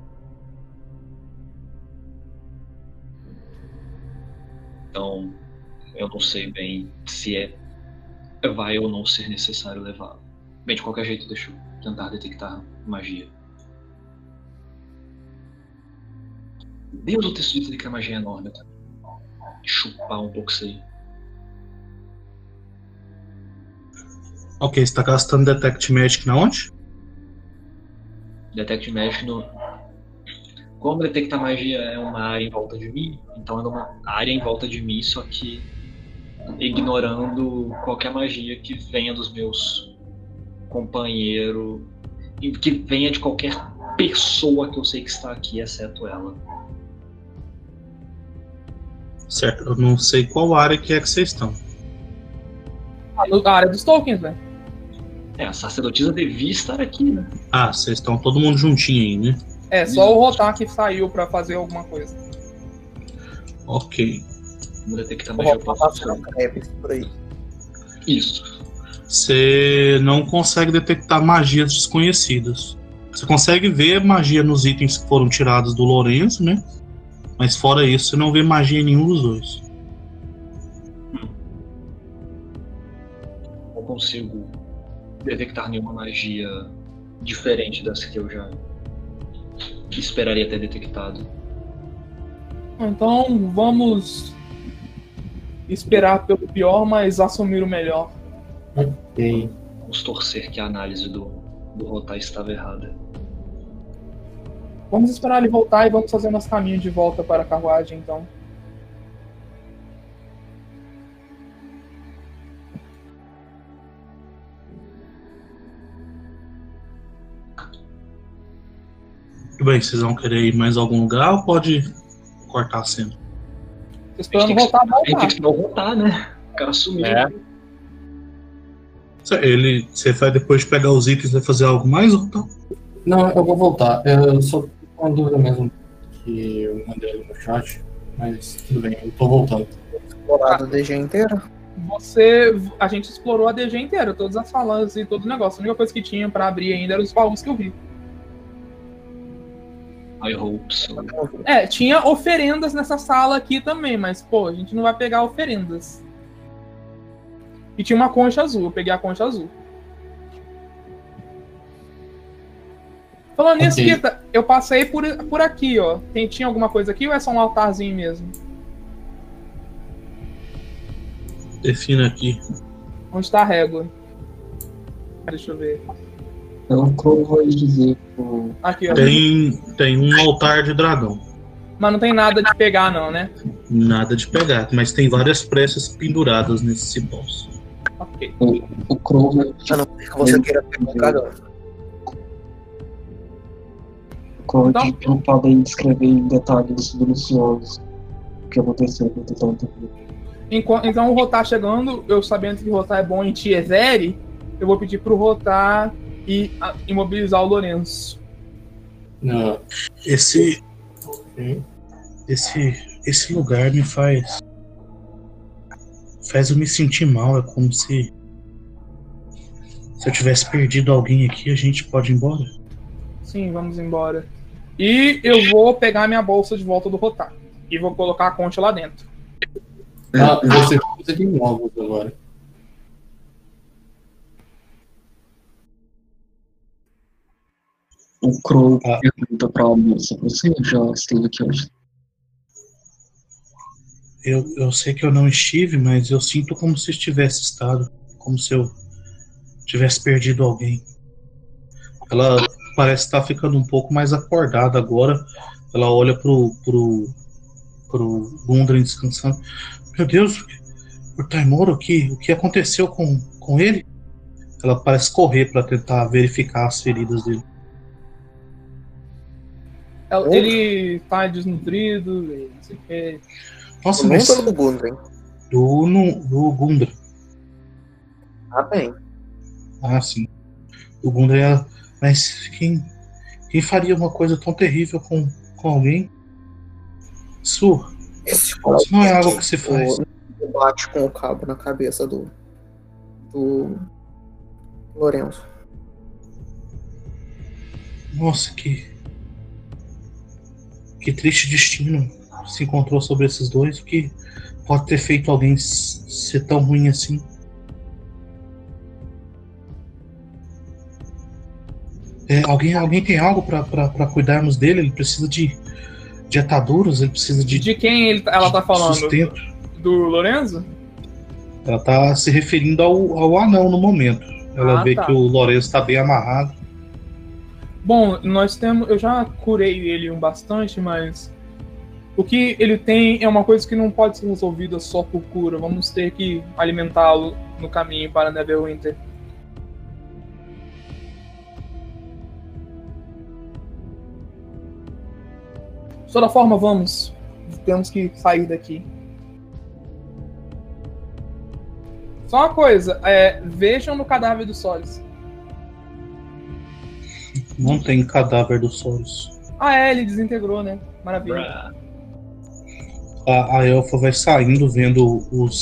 Então, eu não sei bem se vai ou não ser necessário levá-lo. Bem, de qualquer jeito, deixa eu tentar detectar magia. Deus, o texto diz que a magia é enorme, tá? Chupar um pouco isso aí. Ok, você tá gastando Detect Magic na onde? Detect Magic no... Como detectar magia é uma área em volta de mim, então é uma área em volta de mim, só que ignorando qualquer magia que venha dos meus companheiros, que venha de qualquer pessoa que eu sei que está aqui, exceto ela. Certo, eu não sei qual área que é que vocês estão. A área dos tokens, velho. A sacerdotisa devia estar aqui, né? Ah, vocês estão todo mundo juntinho aí, né? É, só o Rotar que saiu pra fazer alguma coisa. Ok. Vamos detectar Vou magia. Eu voltar posso pra creves por aí. Isso. Você não consegue detectar magias desconhecidas. Você consegue ver magia nos itens que foram tirados do Lourenço, né? Mas fora isso, você não vê magia em nenhum dos dois. Não consigo detectar nenhuma magia diferente das que eu já esperaria ter detectado. Então vamos esperar pelo pior, mas assumir o melhor. Ok. Vamos torcer que a análise do Rotar estava errada. Vamos esperar ele voltar e vamos fazer nosso caminho de volta para a carruagem, então. Tudo bem, vocês vão querer ir em mais algum lugar ou pode cortar a cena? Tô esperando voltar, A gente tem voltar. que esperar o Rotar, né? O cara sumiu. Você vai depois de pegar os itens, vai fazer algo mais ou não? Não, eu vou voltar. Eu só tô com uma dúvida mesmo que eu mandei ali no chat, mas tudo bem, eu tô voltando. Explorado a DG inteira. A gente explorou a DG inteira, todas as falanges e todo o negócio. A única coisa que tinha pra abrir ainda eram os baús que eu vi. I hope so. Tinha oferendas nessa sala aqui também, mas, pô, a gente não vai pegar oferendas. E tinha uma concha azul, eu peguei a concha azul. Falando nisso, Kita, eu passei por aqui, ó. Tinha alguma coisa aqui ou é só um altarzinho mesmo? Defina aqui. Onde tá a régua? Deixa eu ver. Então, como vou dizer pro... Aqui, ó. Tem um altar de dragão. Mas não tem nada de pegar, não, né? Nada de pegar, mas tem várias preces penduradas nesses cipós. Ok. O Crow vai... A não ser que você queira pegar um dragão. O Crow Então- não podem descrever em detalhes minuciosos o que aconteceu com o tanto. Então o Rotar chegando, eu sabendo que o Rotar é bom em Tiezeri, eu vou pedir pro Rotar e imobilizar o Lourenço. Não. Esse Ok. lugar me faz eu me sentir mal. É como se eu tivesse perdido alguém aqui. A gente pode ir embora? Sim, vamos embora. E eu vou pegar minha bolsa de volta do Rotar. E vou colocar a concha lá dentro. Você tem novos agora. O Crow pergunta pra moça: você já esteve aqui hoje? Eu sei que eu não estive, mas eu sinto como se estivesse estado. Como se eu tivesse perdido alguém. Ela parece estar ficando um pouco mais acordada agora. Ela olha pro Gundren descansando. Meu Deus, o Taimoro, o que aconteceu com ele? Ela parece correr para tentar verificar as feridas dele. Ele tá desnutrido, não sei o que. Nossa, Do mas mundo ou do Gundren? do Gundren. Ah, bem. Ah, sim. O Gundren é... Mas quem faria uma coisa tão terrível com alguém? Isso não é algo que se faz. Bate com o cabo na cabeça do Lourenço. Nossa, que triste destino se encontrou sobre esses dois. O que pode ter feito alguém ser tão ruim assim? Alguém tem algo pra cuidarmos dele? Ele precisa de ataduras, ele precisa de... De quem ela tá falando? Sustento. Do Lorenzo? Ela tá se referindo ao anão no momento. Ela vê que o Lorenzo tá bem amarrado. Bom, eu já curei ele bastante, mas o que ele tem é uma coisa que não pode ser resolvida só por cura. Vamos ter que alimentá-lo no caminho para Neverwinter. De toda forma, vamos. Temos que sair daqui. Só uma coisa, vejam no cadáver do Solis. Não tem cadáver do Solis. Ele desintegrou, né? Maravilha. A elfa vai saindo, vendo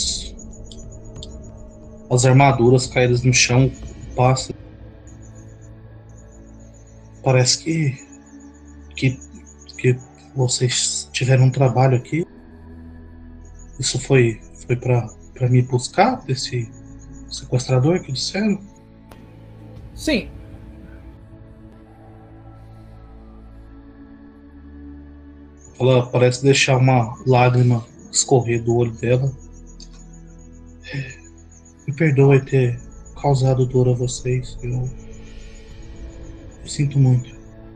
as armaduras caídas no chão. Passa. Parece que vocês tiveram um trabalho aqui. Isso foi pra me buscar desse sequestrador que disseram? Sim. Ela parece deixar uma lágrima escorrer do olho dela. Me perdoe ter causado dor a vocês. Eu sinto muito.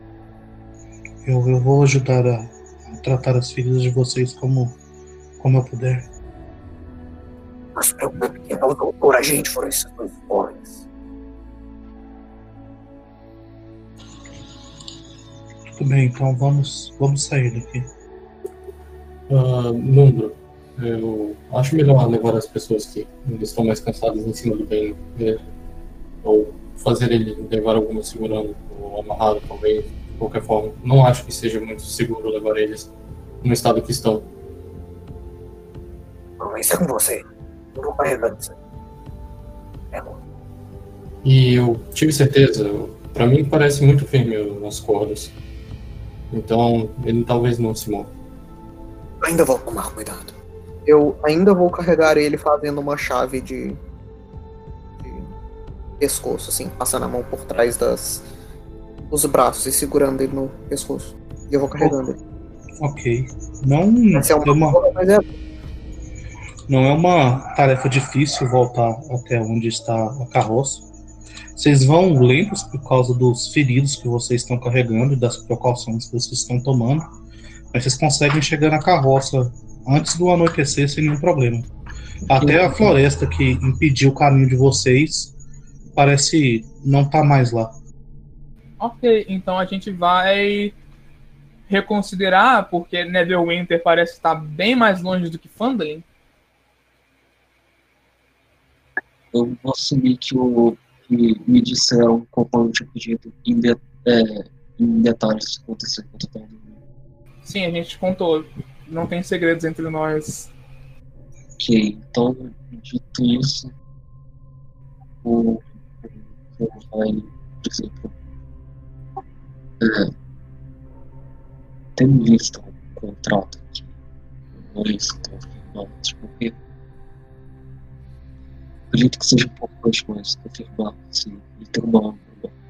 Eu vou ajudar a tratar as feridas de vocês como eu puder. Não se preocupe, que não doutor a gente foram esses dois homens. Tudo bem, então vamos sair daqui. Numbro, eu acho melhor levar as pessoas que ainda estão mais cansadas em cima do bem, ou fazer ele levar alguma segurando, ou amarrado talvez, de qualquer forma. Não acho que seja muito seguro levar eles no estado que estão. Não, isso é com você. Eu vou carregando isso. E eu tive certeza, pra mim parece muito firme nas cordas. Então ele talvez não se mova. Ainda vou tomar cuidado. Eu ainda vou carregar ele fazendo uma chave de pescoço, assim, passando a mão por trás dos braços e segurando ele no pescoço. E eu vou carregando ele. Ok. Não é uma tarefa difícil voltar até onde está a carroça. Vocês vão lentos por causa dos feridos que vocês estão carregando e das precauções que vocês estão tomando, mas vocês conseguem chegar na carroça antes do anoitecer sem nenhum problema. Até a floresta que impediu o caminho de vocês parece não estar mais lá. Ok, então a gente vai reconsiderar, porque Neverwinter parece estar bem mais longe do que Phandalin. Eu vou assumir que me disseram conforme eu tinha pedido em detalhes o que aconteceu com o total do mundo. Sim, a gente contou. Não tem segredos entre nós. Ok, então, dito isso, o vai dizer tendo visto o contrato que o Maurício está firmando antes de morrer, acredito que seja um pouco mais fácil confirmar se ele tem uma arma.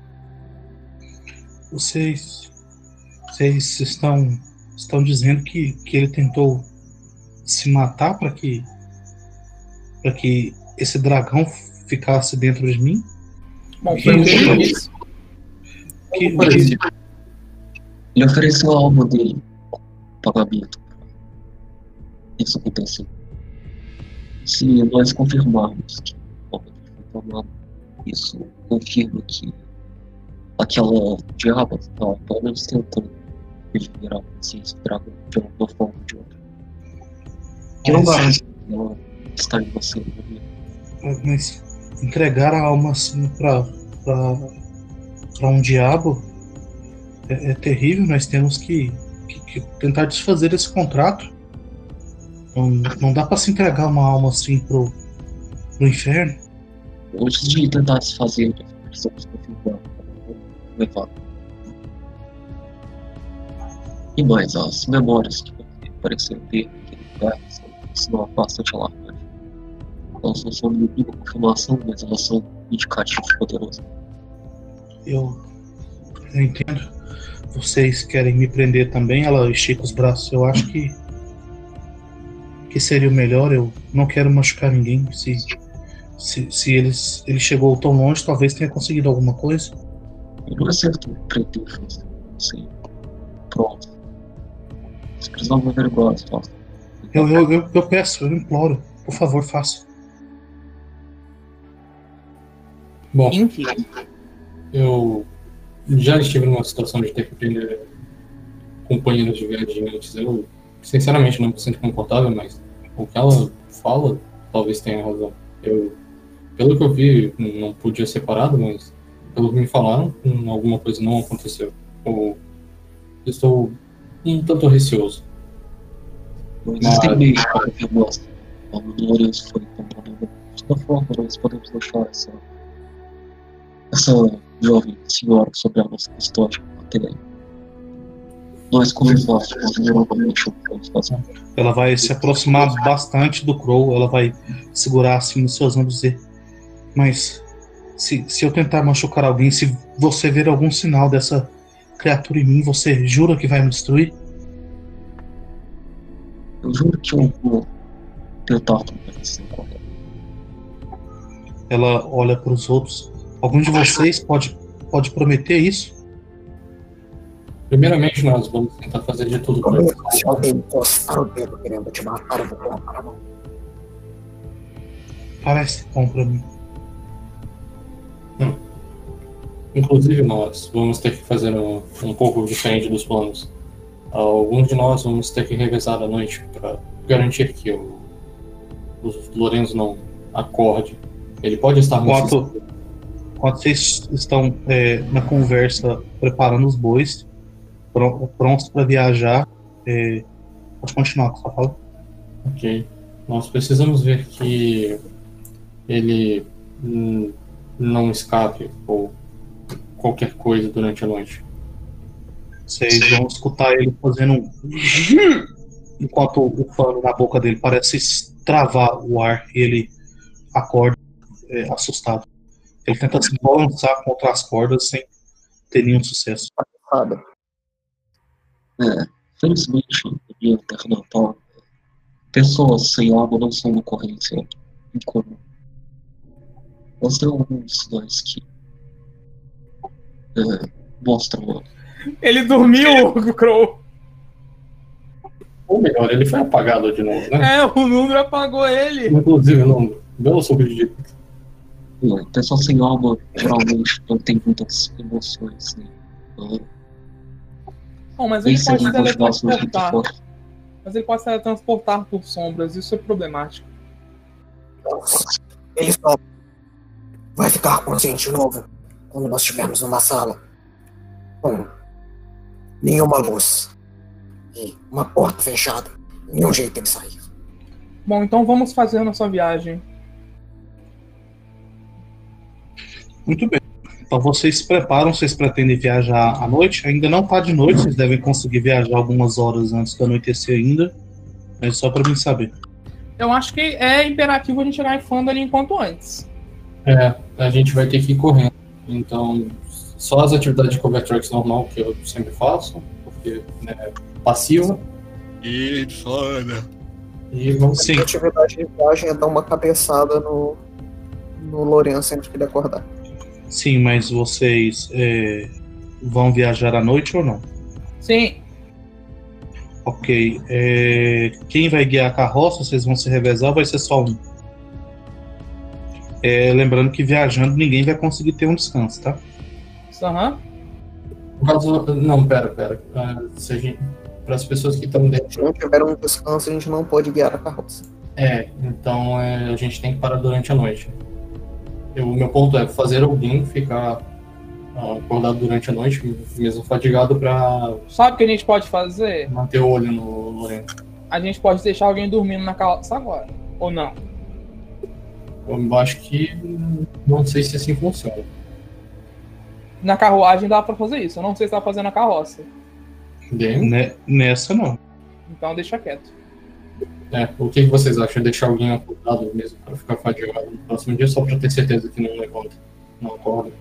Vocês estão dizendo que ele tentou se matar para que esse dragão ficasse dentro de mim? Bom, foi o que ele disse. Ele ofereceu a alma dele pagamento para isso acontecer. Se nós confirmarmos que a alma dele foi tomada, isso confirma que aquela diaba está pelo menos tentando regenerar a consciência do dragão de alguma forma ou de outra. Que não vai ela está em você no momento. Mas entregar a alma assim para um diabo é terrível. Nós temos que tentar desfazer esse contrato. Não dá para se entregar uma alma assim pro inferno. Antes de tentar desfazer, precisamos confirmar. E mais, as memórias que pareceram ter naquele lugar são um sinal bastante alarmante. Elas não são nenhuma confirmação, mas elas são indicativos poderosos. Eu entendo. Vocês querem me prender também? Ela estica os braços. Eu acho que seria o melhor. Eu não quero machucar ninguém. Se ele chegou tão longe, talvez tenha conseguido alguma coisa. Eu não acerto prender você. Sim. Pronto. Se precisamos averiguar as falas. Eu peço, eu imploro. Por favor, faça. Bom, Enfim. eu já estive numa situação de ter que prender companheiros de viagem antes. Eu, sinceramente, não me sinto confortável, mas o que ela fala talvez tenha razão. Pelo que eu vi, não podia ser parado, mas pelo que me falaram, alguma coisa não aconteceu. Eu estou um tanto receoso. Não existem meios para confirmar se a Lourenço foi encontrada. De toda forma, nós podemos deixar essa jovem senhora sobre a nossa história até nós confirmarmos novamente o que vamos fazer. Ela vai se aproximar bastante do Crow. Ela vai segurar assim nos seus ombros e dizer: mas se eu tentar machucar alguém, se você ver algum sinal dessa criatura em mim, você jura que vai me destruir? Eu juro que eu vou tentar convencer com ela. Ela olha para os outros. Algum de vocês pode prometer isso? Primeiramente, nós vamos tentar fazer de tudo para Comigo, se alguém encostar o dedo querendo te matar, eu vou colocar a mão. Parece bom para mim. Inclusive, nós vamos ter que fazer um pouco diferente dos planos. Alguns de nós vamos ter que revezar a noite para garantir que o Lourenço não acorde. Ele pode estar Enquanto vocês estão na conversa, preparando os bois, prontos para viajar, pode continuar, só fala. Ok. Nós precisamos ver que ele não escape ou qualquer coisa durante a noite. Vocês vão escutar ele fazendo um... enquanto o pano na boca dele parece travar o ar e ele acorda assustado. Ele tenta se balançar contra as cordas sem ter nenhum sucesso. Felizmente, no minha terra natal, pessoas sem alma não são uma ocorrência incomum. Nós temos alguns sinais que mostram. Ele dormiu, o Crow. Ou melhor, ele foi apagado de novo, né? O número apagou ele. Inclusive, não. Belo sobrevivido. Pessoas sem alma geralmente não tem muitas emoções, né? Bom, mas ele Isso é pode uma motivação muito teletransportar. forte. Mas ele pode teletransportar por sombras, isso é problemático. Ele só vai ficar consciente de novo quando nós estivermos numa sala com nenhuma luz e uma porta fechada. Nenhum jeito de sair. Bom, então vamos fazer a nossa viagem. Muito bem. Então vocês se preparam, vocês pretendem viajar à noite? Ainda não está de noite, vocês devem conseguir viajar algumas horas antes do anoitecer ainda. Mas só para mim saber. Eu acho que é imperativo a gente chegar em Fandali enquanto antes. A gente vai ter que ir correndo. Então, só as atividades de cover trucks normal que eu sempre faço, porque é passiva. E foda. E vamos Sim. A atividade de viagem é dar uma cabeçada no Lourenço sempre que ele acordar. Sim, mas vocês vão viajar à noite ou não? Sim. Ok. Quem vai guiar a carroça? Vocês vão se revezar ou vai ser só um? Lembrando que viajando ninguém vai conseguir ter um descanso, tá? Aham. No caso, não, pera. Para as pessoas que estão dentro. Se não tiver um descanso, a gente não pode guiar a carroça. Então a gente tem que parar durante a noite. O meu ponto é fazer alguém ficar acordado durante a noite, mesmo fatigado, para Sabe o que a gente pode fazer? manter o olho no Lourenço. A gente pode deixar alguém dormindo na carroça agora. Ou não? Eu acho que não sei se assim funciona. Na carruagem dá pra fazer isso. Eu não sei se dá pra fazer na carroça. Nessa não. Então deixa quieto. O que vocês acham? Deixar alguém acordado mesmo para ficar fadigado no próximo dia, só para ter certeza que não levanta, não acorda?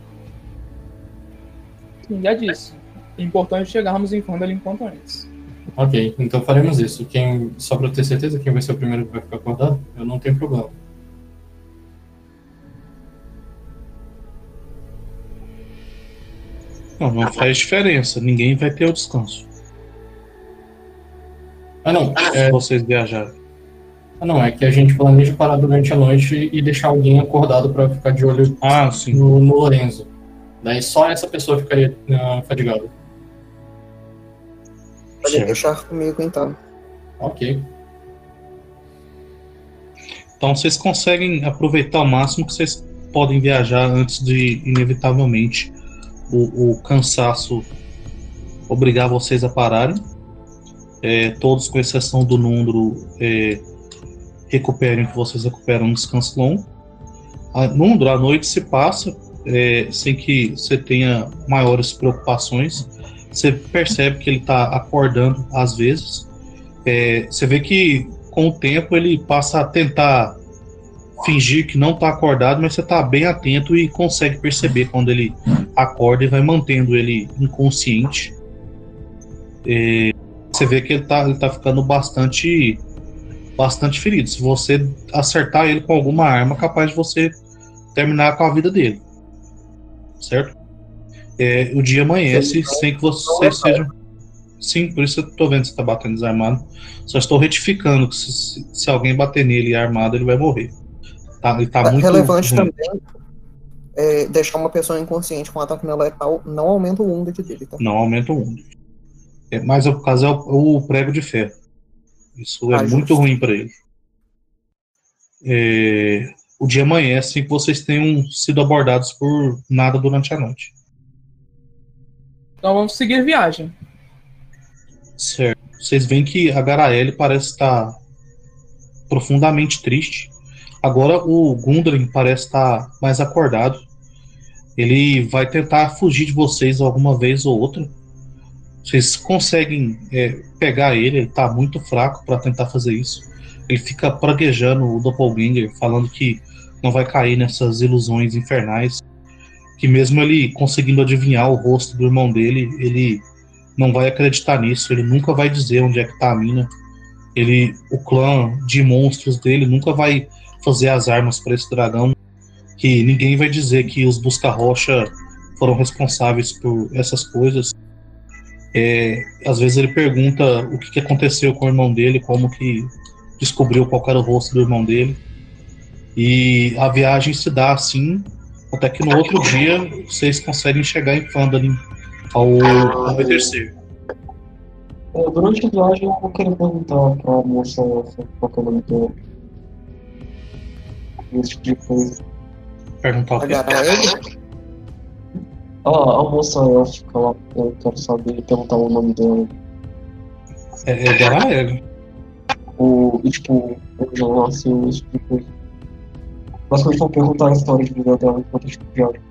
Sim, já disse. É importante chegarmos em Phandalin enquanto antes. Ok, então faremos isso. Só para ter certeza, quem vai ser o primeiro que vai ficar acordado, eu não tenho problema. Não faz diferença. Ninguém vai ter o descanso. Não. Se vocês viajarem. Não, é que a gente planeja parar durante a noite e deixar alguém acordado para ficar de olho no Lorenzo. Daí só essa pessoa ficaria fadigada. Pode deixar comigo então. Ok. Então vocês conseguem aproveitar o máximo que vocês podem viajar antes de, inevitavelmente, o cansaço obrigar vocês a pararem. Todos, com exceção do Nundro, recuperem o que vocês recuperam um descanso longo. Nundro, a noite se passa sem que você tenha maiores preocupações. Você percebe que ele está acordando às vezes. Você vê que com o tempo ele passa a tentar fingir que não está acordado, mas você está bem atento e consegue perceber quando ele acorda e vai mantendo ele inconsciente. Você vê que ele tá ficando bastante ferido. Se você acertar ele com alguma arma, é capaz de você terminar com a vida dele. Certo? O dia amanhece sem que vocês sejam... Sim, por isso eu tô vendo que você tá batendo desarmado. Só estou retificando que se alguém bater nele armado, ele vai morrer. Ele tá muito relevante ruim. também deixar uma pessoa inconsciente com um ataque não letal não aumenta o wounded dele, tá? Não aumenta o wounded. Mas o caso é o prego de ferro. Isso é muito ruim para ele. O dia amanhece sem que vocês tenham sido abordados por nada durante a noite. Então vamos seguir viagem. Certo. Vocês veem que a Garaele parece estar profundamente triste. Agora o Gundren parece estar mais acordado. Ele vai tentar fugir de vocês alguma vez ou outra. Vocês conseguem pegar ele tá muito fraco para tentar fazer isso. Ele fica praguejando o Doppelganger, falando que não vai cair nessas ilusões infernais, que mesmo ele conseguindo adivinhar o rosto do irmão dele, ele não vai acreditar nisso, ele nunca vai dizer onde é que tá a mina. O clã de monstros dele nunca vai fazer as armas para esse dragão, que ninguém vai dizer que os Busca-Rocha foram responsáveis por essas coisas. Às vezes ele pergunta o que aconteceu com o irmão dele, como que descobriu qual era o rosto do irmão dele. E a viagem se dá assim, até que no outro dia vocês conseguem chegar em Phandalin ao anoitecer. Durante a viagem eu vou querer perguntar pra moça qual é o nome dela. Esse tipo de coisa. Perguntar o quê? A moça élfica lá, eu quero saber, perguntar o nome dela. É Garaele. E tipo, onde ela nasceu, esse tipo de coisa. Basicamente vou perguntar a história de vida dela enquanto a gente viaja.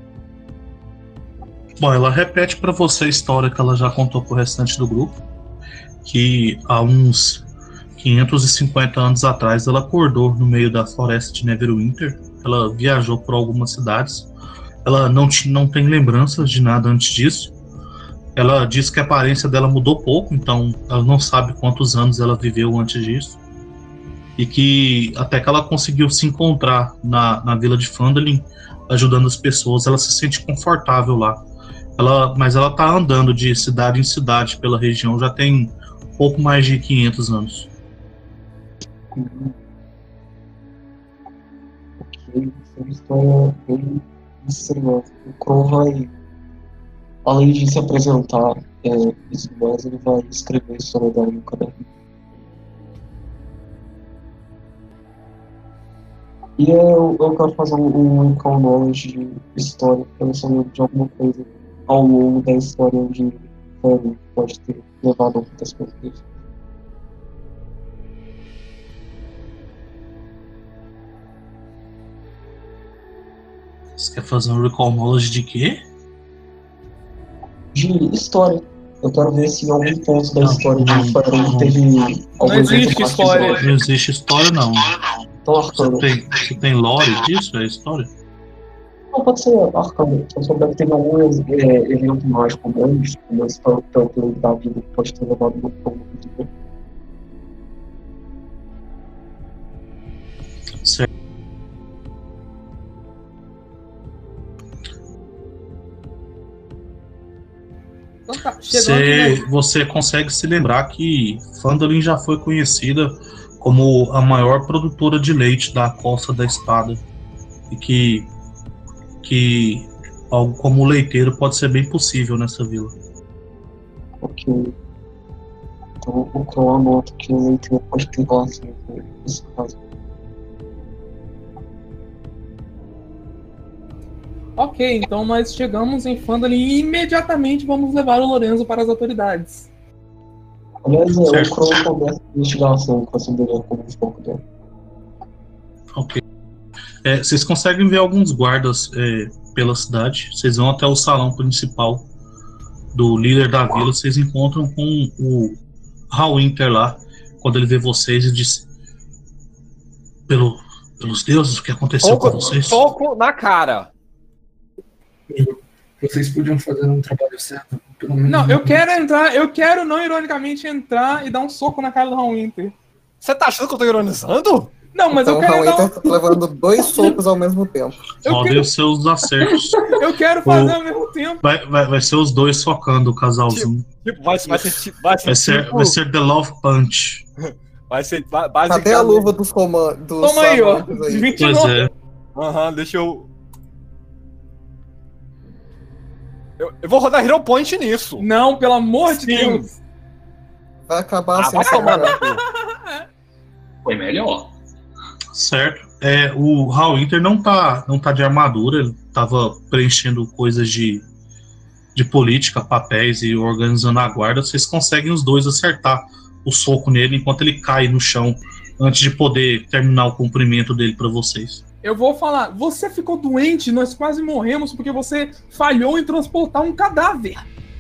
Bom, ela repete pra você a história que ela já contou pro restante do grupo, que há uns 550 anos atrás ela acordou no meio da floresta de Neverwinter. Ela viajou por algumas cidades. Ela não tem lembranças de nada antes disso. Ela diz que a aparência dela mudou pouco, então ela não sabe quantos anos ela viveu antes disso. E que até que ela conseguiu se encontrar na vila de Phandalin, ajudando as pessoas, ela se sente confortável lá. Mas ela está andando de cidade em cidade pela região já tem pouco mais de 500 anos. Ok, essa é uma história bem misteriosa. O Crow vai, além de se apresentar isso mais, ele vai escrever a história dela no caderno. E eu quero fazer um call knowledge de história, para eu saber de alguma coisa ao longo da história onde pode ter levado a muitas coisas. Você quer fazer um recall knowledge de quê? De história. Eu quero ver se em algum ponto da Não, história não, do Farol não. teve algum existe evento história. marcante. Não existe história, não. Então, Arcano. Você tem lore disso? É história? Não, pode ser Arcano. Se eu souber que teve algum evento mágico grande, mas pelo da vida, que pode ter levado muito pouco tempo. Certo. Então tá, chegando aqui, né? Você consegue se lembrar que Phandalin já foi conhecida como a maior produtora de leite da Costa da Espada e que algo como leiteiro pode ser bem possível nessa vila. Ok. Então o Crow anota que o leitor pode ter relação com esse caso. Ok, então nós chegamos em Phandalin e imediatamente vamos levar o Lorenzo para as autoridades. Aliás, Certo. o Crow começa a investigação com essa mulher como um pouco dela. Ok. Vocês conseguem ver alguns guardas pela cidade. Vocês vão até o salão principal do líder da vila. Vocês encontram com o Hallwinter lá. Quando ele vê vocês e diz: pelos deuses, o que aconteceu com vocês? Soco na cara. Vocês podiam fazer um trabalho certo, pelo menos. Não, eu quero não ironicamente entrar e dar um soco na cara do Hallwinter. Você tá achando que eu tô ironizando? Não, mas Então eu o quero dar Hallwinter tá levando 2 socos ao mesmo tempo. Rodem os seus acertos. eu quero fazer ao mesmo tempo. Vai ser os dois socando o casalzinho. Tipo, vai Vai ser The Love Punch. Vai ser Cadê a luva dos comandos? Toma aí, ó. Aí? 29. Pois é. Aham, deixa eu... Eu vou rodar Hero Point nisso. Não, pelo amor de Sim. Deus. Vai acabar Ah, sem vai tomar saber. no cu. Foi melhor. Certo. O Hallwinter não tá de armadura, ele tava preenchendo coisas de política, papéis e organizando a guarda. Vocês conseguem os dois acertar o soco nele enquanto ele cai no chão, antes de poder terminar o cumprimento dele pra vocês. Eu vou falar, você ficou doente, nós quase morremos porque você falhou em transportar um cadáver.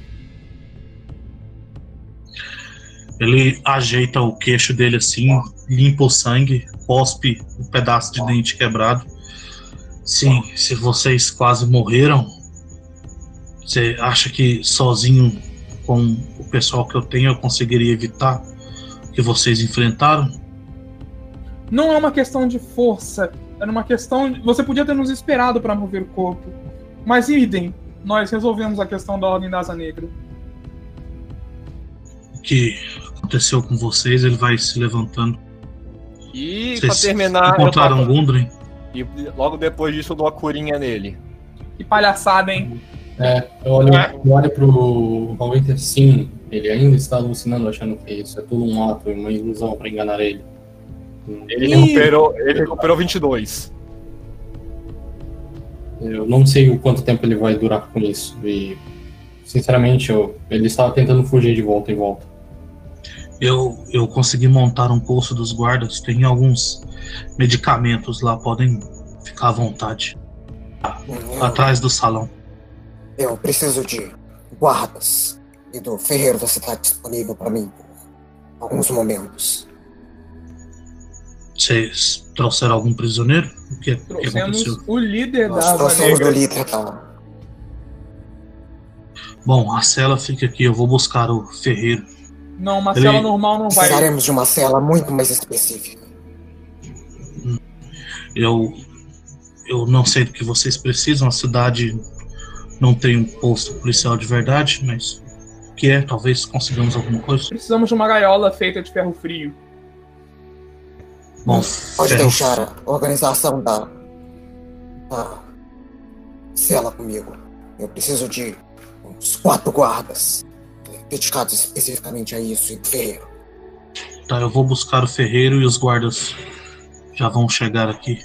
Ele ajeita o queixo dele assim, limpa o sangue, cospe um pedaço de dente quebrado. Sim, se vocês quase morreram, você acha que sozinho com o pessoal que eu tenho eu conseguiria evitar o que vocês enfrentaram? Não é uma questão de força, era uma questão de... Você podia ter nos esperado para mover o corpo. Mas idem, nós resolvemos a questão da Ordem da Asa Negra. O que aconteceu com vocês? Ele vai se levantando. E pra Vocês terminar... encontraram Gundren? E logo depois disso eu dou a curinha nele. Que palhaçada, hein? Eu olho pro Hallwinter, sim, ele ainda está alucinando, achando que isso é tudo um ato, uma ilusão para enganar ele. Ele recuperou 22. Eu não sei o quanto tempo ele vai durar com isso. E, sinceramente, ele estava tentando fugir de volta em volta. Eu consegui montar um posto dos guardas. Tem alguns medicamentos lá, podem ficar à vontade. Atrás do salão. Eu preciso de guardas e do ferreiro da cidade disponível para mim por alguns momentos. Vocês trouxeram algum prisioneiro? O que Trouxemos aconteceu? o líder Nós da Asa trouxemos Negra. do líder da... Bom, a cela fica aqui, eu vou buscar o ferreiro. Não, uma cela normal não vai. Precisaremos de uma cela muito mais específica. Eu não sei do que vocês precisam, a cidade não tem um posto policial de verdade, mas o que é? Talvez consigamos alguma coisa. Precisamos de uma gaiola feita de ferro frio. Bom, Pode ferro- deixar a organização da cela comigo. Eu preciso de uns 4 guardas dedicados especificamente a isso e do ferreiro. Tá, eu vou buscar o ferreiro e os guardas já vão chegar aqui.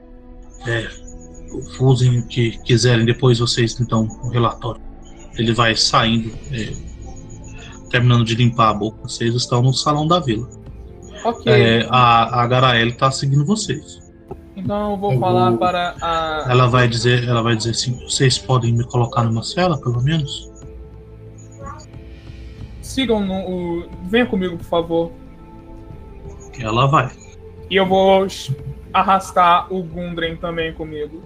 Usem o que quiserem, depois vocês me dão um relatório. Ele vai saindo, terminando de limpar a boca. Vocês estão no salão da vila. Ok, A Garaele tá seguindo vocês. então eu vou falar para a... Ela vai dizer assim: vocês podem me colocar numa cela, pelo menos? sigam venha comigo, por favor. Ela vai. E eu vou arrastar o Gundren também comigo.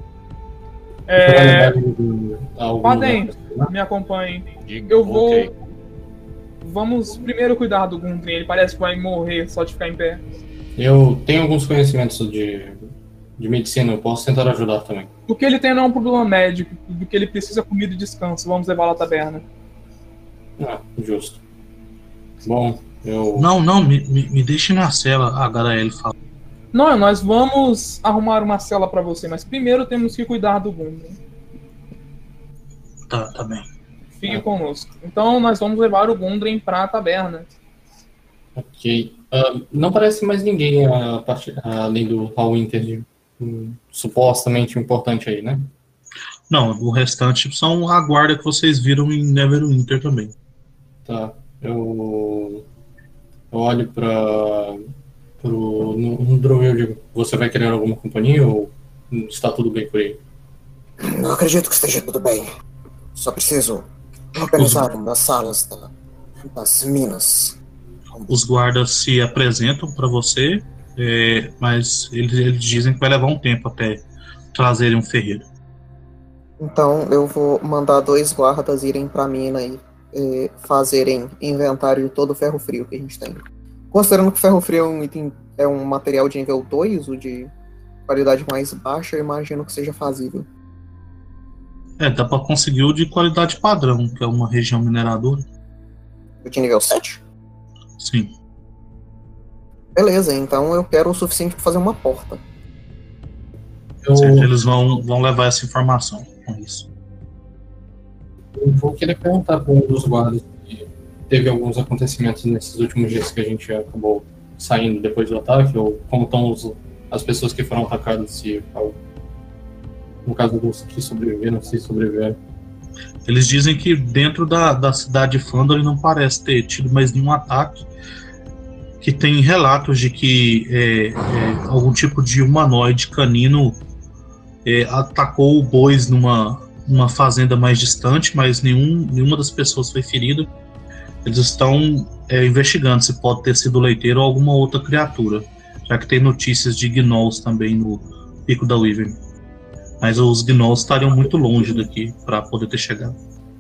Padem, me acompanhem. Eu vou. Ok. Vamos primeiro cuidar do Gundren. Ele parece que vai morrer só de ficar em pé. Eu tenho alguns conhecimentos de medicina, eu posso tentar ajudar também. O que ele tem não é um problema médico. Do que ele precisa é comida e descanso. Vamos levá-lo à taberna. Ah, justo. Bom, eu. Não, me deixe na cela, a Garaele fala. Não, nós vamos arrumar uma cela pra você, mas primeiro temos que cuidar do Gundren. Tá bem. Fique conosco. Então nós vamos levar o Gundren pra taberna. Ok. Não parece mais ninguém além do Hal Winter supostamente importante aí, né? Não, o restante são a guarda que vocês viram em Neverwinter também. Tá. Eu olho pro Nundro e eu digo, você vai querer alguma companhia ou está tudo bem por aí? Não acredito que esteja tudo bem. Só preciso organizar uma das salas das minas. Os guardas se apresentam para você, mas eles dizem que vai levar um tempo até trazerem um ferreiro. Então eu vou mandar 2 guardas irem pra mina e fazerem inventário de todo o ferro frio que a gente tem. Considerando que o ferro frio é um item, é um material de nível 2, o de qualidade mais baixa, eu imagino que seja fazível. Dá para conseguir o de qualidade padrão, que é uma região mineradora. O de nível 7? Sim. Beleza, então eu quero o suficiente para fazer uma porta. Eles vão levar essa informação com isso. Eu vou querer perguntar para um dos guardas se teve alguns acontecimentos nesses últimos dias que a gente acabou saindo depois do ataque, ou como estão as pessoas que foram atacadas, se no caso dos que sobreviveram, se sobreviveram. Eles dizem que dentro da cidade de Fandor não parece ter tido mais nenhum ataque, que tem relatos de que algum tipo de humanoide canino atacou bois numa fazenda mais distante, mas nenhuma das pessoas foi ferida. Eles estão investigando se pode ter sido leiteiro ou alguma outra criatura, já que tem notícias de gnolls também no Pico da Wyvern. Mas os gnolls estariam muito longe daqui para poder ter chegado.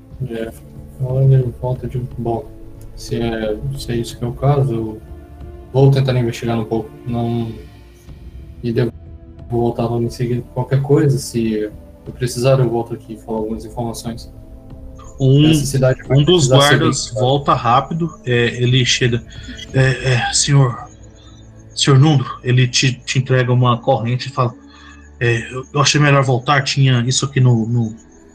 Olha, eu volto de bom. Se é isso que é o caso, eu vou tentar investigar um pouco. E devo voltar logo em seguida. Qualquer coisa, se eu precisar, eu volto aqui e falo algumas informações. Um dos guardas volta rápido. Ele chega. Senhor Nundro, ele te entrega uma corrente e fala. Eu achei melhor voltar, tinha isso aqui nos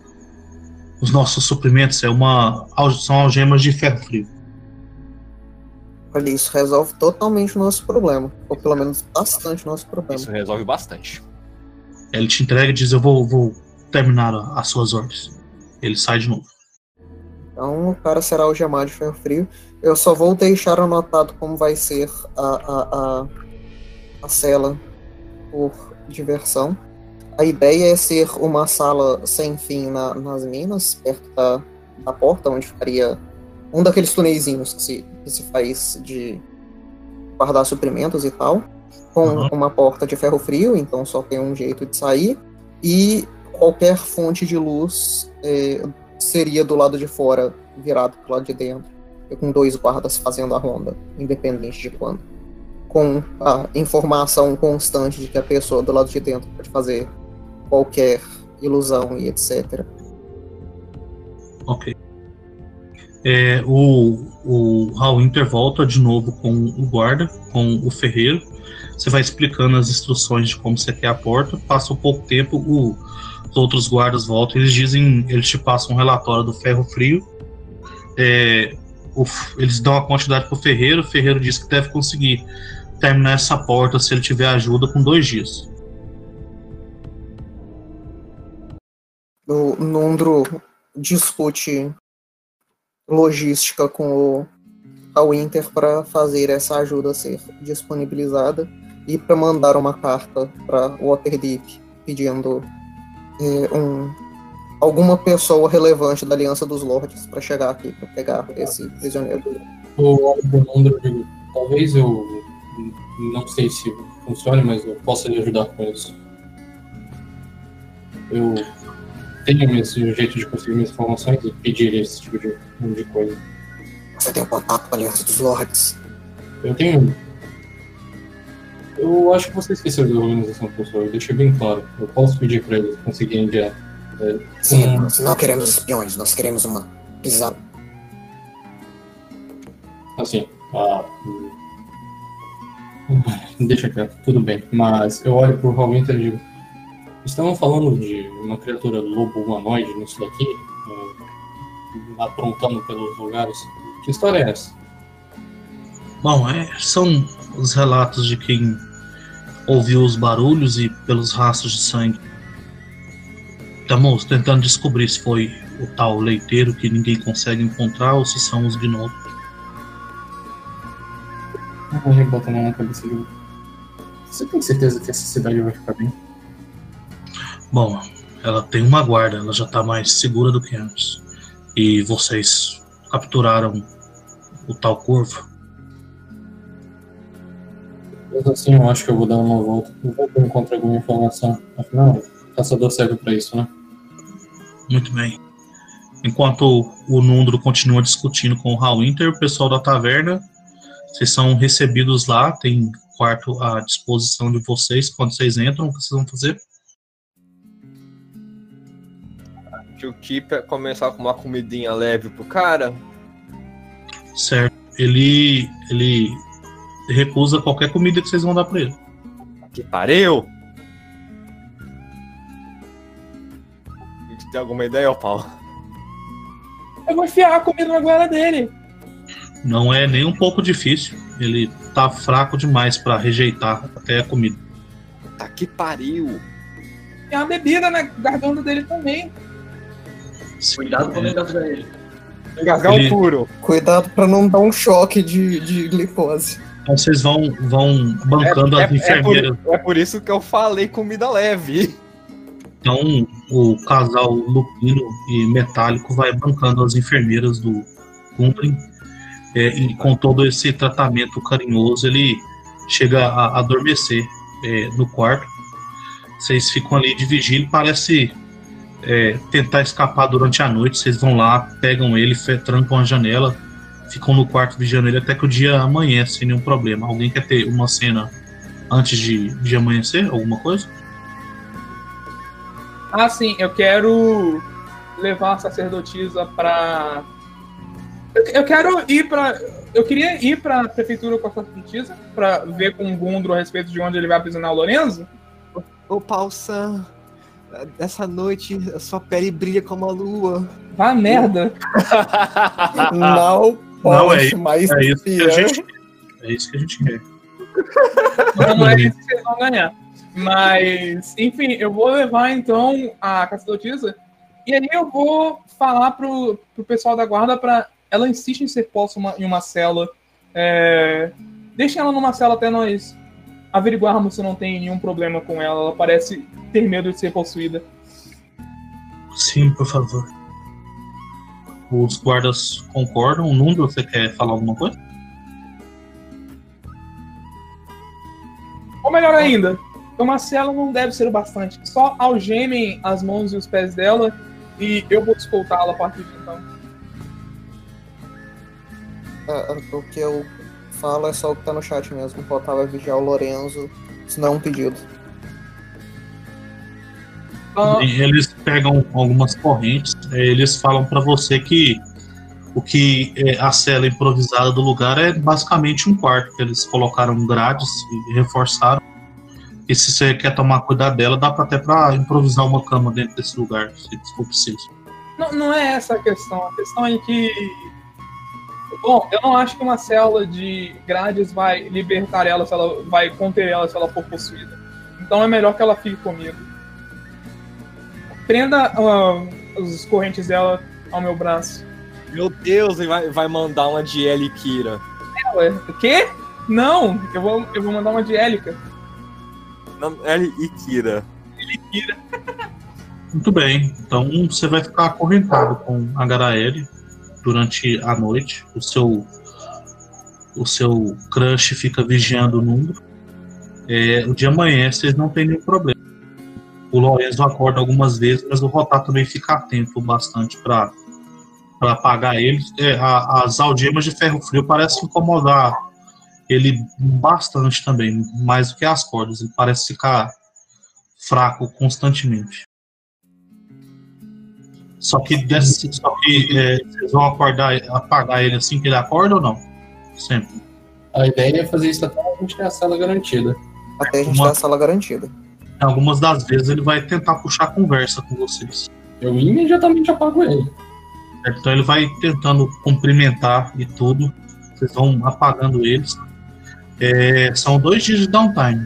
nossos suprimentos, são algemas de ferro frio. Olha, isso resolve totalmente o nosso problema, ou pelo menos bastante o nosso problema. Isso resolve bastante. Ele te entrega e diz, eu vou terminar as suas ordens. Ele sai de novo. Então o cara será algemado de ferro frio. Eu só vou deixar anotado como vai ser a cela por diversão. A ideia é ser uma sala sem fim nas minas, perto da porta, onde ficaria um daqueles tuneizinhos que se faz de guardar suprimentos e tal, com uma porta de ferro frio, então só tem um jeito de sair, e qualquer fonte de luz seria do lado de fora, virado pro lado de dentro, e com 2 guardas fazendo a ronda, independente de quando. Com a informação constante de que a pessoa do lado de dentro pode fazer qualquer ilusão e etc. Ok. O Hal Winter volta de novo com o guarda, com o ferreiro. Você vai explicando as instruções de como você quer a porta. Passa um pouco tempo, os outros guardas voltam. Eles te passam um relatório do ferro frio. Eles dão a quantidade para o ferreiro diz que deve conseguir terminar essa porta, se ele tiver ajuda, com 2 dias. O Nundro discute logística com o Winter para fazer essa ajuda ser disponibilizada e para mandar uma carta para Waterdeep pedindo alguma pessoa relevante da Aliança dos Lordes para chegar aqui para pegar esse prisioneiro. Eu olho pro Nundro e digo, talvez eu não sei se funcione, mas eu possa lhe ajudar com isso. Eu tenho esse jeito de conseguir minhas informações e pedir esse tipo de coisa. Você tem um contato com a Aliança dos Lordes? Eu tenho. Eu acho que você esqueceu da organização pessoal, eu deixei bem claro. Eu posso pedir para eles conseguirem enviar. Sim, nós não queremos espiões, nós queremos uma pisada. Assim, deixa quieto, tudo bem. Mas eu olho pro Hallwinter e digo, estamos falando de uma criatura lobo humanoide nisso daqui, aprontando pelos lugares. Que história é essa? Bom, são os relatos de quem ouviu os barulhos e pelos rastros de sangue. Estamos tentando descobrir se foi o tal leiteiro que ninguém consegue encontrar ou se são os gnomos. Eu boto a mão na cabeça e digo, você tem certeza que essa cidade vai ficar bem? Bom, ela tem uma guarda, ela já está mais segura do que antes. E vocês capturaram o tal corvo? Mas assim, eu acho que eu vou dar uma volta. Eu vou encontrar alguma informação. Afinal, o caçador serve pra isso, né? Muito bem. Enquanto o Nundro continua discutindo com o Hallwinter, o pessoal da taverna, vocês são recebidos lá, tem quarto à disposição de vocês. Quando vocês entram, o que vocês vão fazer? O Keep é começar com uma comidinha leve pro cara. Certo. Ele recusa qualquer comida que vocês vão dar pra ele. Que pariu! Tem alguma ideia, Paulo? Eu vou enfiar a comida na goela dele. Não é nem um pouco difícil. Ele tá fraco demais pra rejeitar até a comida. Tá que pariu! Tem uma bebida na garganta dele também. Cuidado com o engasgar ele. Engasgar o puro. Cuidado para não dar um choque de glicose. Então vocês vão bancando as enfermeiras. É por isso que eu falei comida leve. Então o casal Lupino e Metálico vai bancando as enfermeiras do Cumplin. E com todo esse tratamento carinhoso, ele chega a adormecer no quarto. Vocês ficam ali de vigília, parece tentar escapar durante a noite. Vocês vão lá, pegam ele, trancam a janela, ficam no quarto vigiando ele até que o dia amanhece sem nenhum problema. Alguém quer ter uma cena antes de amanhecer? Alguma coisa? Ah, sim, eu quero levar a sacerdotisa pra... Eu queria ir pra prefeitura com a sacerdotisa pra ver com o Gundro a respeito de onde ele vai aprisionar o Lorenzo. Ô, Paulsan, essa noite a sua pele brilha como a lua. Vá merda. Não pode mais é isso que a gente quer. Não é isso que vocês vão ganhar. Mas, enfim, eu vou levar então a sacerdotisa e aí eu vou falar pro pessoal da guarda pra... Ela insiste em ser posta em uma cela. Deixem ela numa cela até nós averiguarmos se não tem nenhum problema com ela. Ela parece ter medo de ser possuída. Sim, por favor. Os guardas concordam. O Nundro, você quer falar alguma coisa? Ou melhor ainda, uma cela não deve ser o bastante. Só algemem as mãos e os pés dela e eu vou escoltá-la a partir de então. O que eu falo é só o que tá no chat mesmo. Faltava vigiar o Lorenzo. Isso não é um pedido. Eles pegam algumas correntes. Eles falam pra você que o que a cela improvisada do lugar é basicamente um quarto. Que eles colocaram grades e reforçaram. E se você quer tomar cuidado dela, dá até pra improvisar uma cama dentro desse lugar, se for preciso. Não é essa a questão. A questão é que... Bom, eu não acho que uma célula de grades vai libertar ela, se ela vai conter ela se ela for possuída. Então é melhor que ela fique comigo. Prenda as correntes dela ao meu braço. Meu Deus, ele vai mandar uma de Ellie e Kira. O quê? Não, eu vou mandar uma de Élica. Não, Ellie e Kira. Ellie e Kira. Muito bem, então você vai ficar acorrentado com a Garaele durante a noite. O seu crush fica vigiando o Nundo. O dia amanhece, vocês não tem nenhum problema. O Lorenzo acorda algumas vezes, mas o Rotar também fica atento bastante para apagar ele. As algemas de ferro frio parecem incomodar ele bastante também, mais do que as cordas. Ele parece ficar fraco constantemente. Só que vocês vão apagar ele assim que ele acorda ou não? Sempre. A ideia é fazer isso até a gente ter a sala garantida. Até a gente ter a sala garantida. Algumas das vezes ele vai tentar puxar conversa com vocês. Eu imediatamente apago ele. Então ele vai tentando cumprimentar e tudo. Vocês vão apagando eles. São 2 dias de downtime.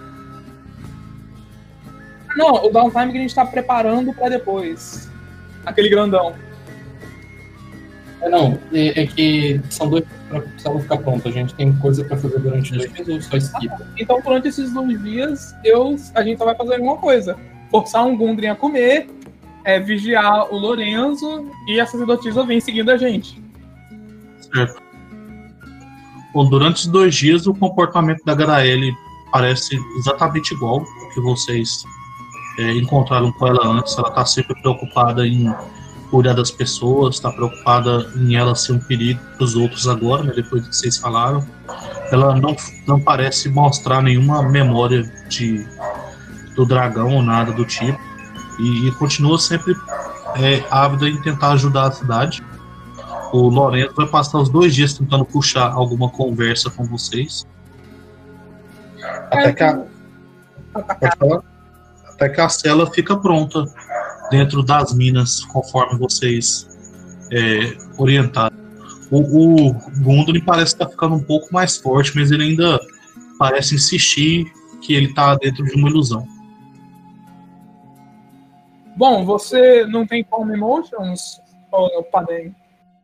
Não, o downtime que a gente tá preparando pra depois. Aquele grandão. É que são 2 pra sala ficar pronta. A gente tem coisa pra fazer durante 2 dias ou só esquipa? Então, durante esses 2 dias, a gente só vai fazer alguma coisa. Forçar um Gundren a comer, vigiar o Lorenzo e a sacerdotisa vem seguindo a gente. Certo. Bom, durante os 2 dias, o comportamento da Garaele parece exatamente igual ao que vocês encontraram com ela antes. Ela está sempre preocupada em cuidar das pessoas, está preocupada em ela ser um perigo para os outros agora, né, depois do que vocês falaram. Ela não parece mostrar nenhuma memória do dragão ou nada do tipo, e continua sempre ávida em tentar ajudar a cidade. O Lorenzo vai passar os 2 dias tentando puxar alguma conversa com vocês. Até que a cela fica pronta dentro das minas, conforme vocês orientaram. O Gundren parece estar ficando um pouco mais forte, mas ele ainda parece insistir que ele está dentro de uma ilusão. Bom, você não tem Calm Emotions, Padem?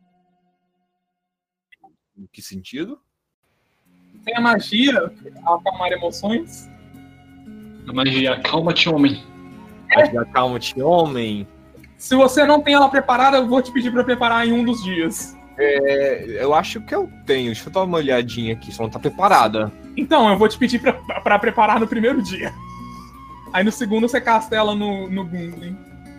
Em que sentido? Tem a magia, acalmar emoções? A magia acalma-te, homem. Magia acalma-te, homem. Se você não tem ela preparada, eu vou te pedir pra preparar em um dos dias. Eu acho que eu tenho. Deixa eu dar uma olhadinha aqui, só não tá preparada. Então, eu vou te pedir pra preparar no primeiro dia. Aí no segundo você casta ela no Gundren.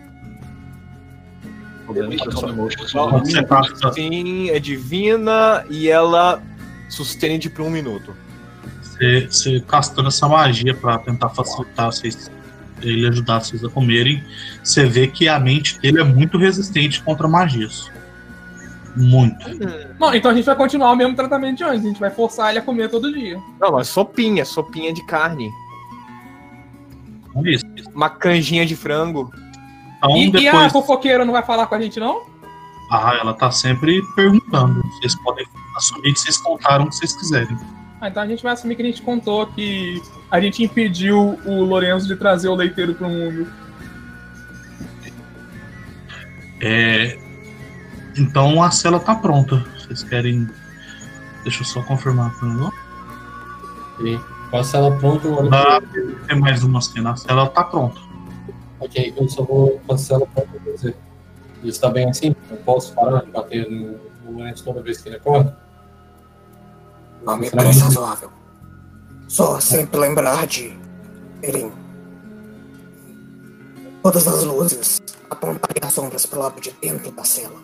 Sim, é divina e ela sustente por 1 minuto. Você castando essa magia para tentar facilitar ele ajudar vocês a comerem, você vê que a mente dele é muito resistente contra magias. Muito. Não, então a gente vai continuar o mesmo tratamento de antes. A gente vai forçar ele a comer todo dia. Não, mas sopinha de carne. Isso. Uma canjinha de frango. Então, E a fofoqueira não vai falar com a gente, não? Ela tá sempre perguntando. Vocês podem assumir que vocês contaram o que vocês quiserem. Então a gente vai assumir que a gente contou que a gente impediu o Lorenzo de trazer o leiteiro pro mundo. Então a cela tá pronta. Vocês querem... Deixa eu só confirmar para o Com a cela pronta, eu olho Tem mais uma cena. A cela tá pronta. Ok, eu só vou com a cela pronta pra dizer. Ele está bem assim? Eu posso parar de bater no Lorenzo toda vez que ele acorda? Não me parece razoável. Só sempre lembrar de terem todas as luzes apontarem as sombras pro lado de dentro da cela.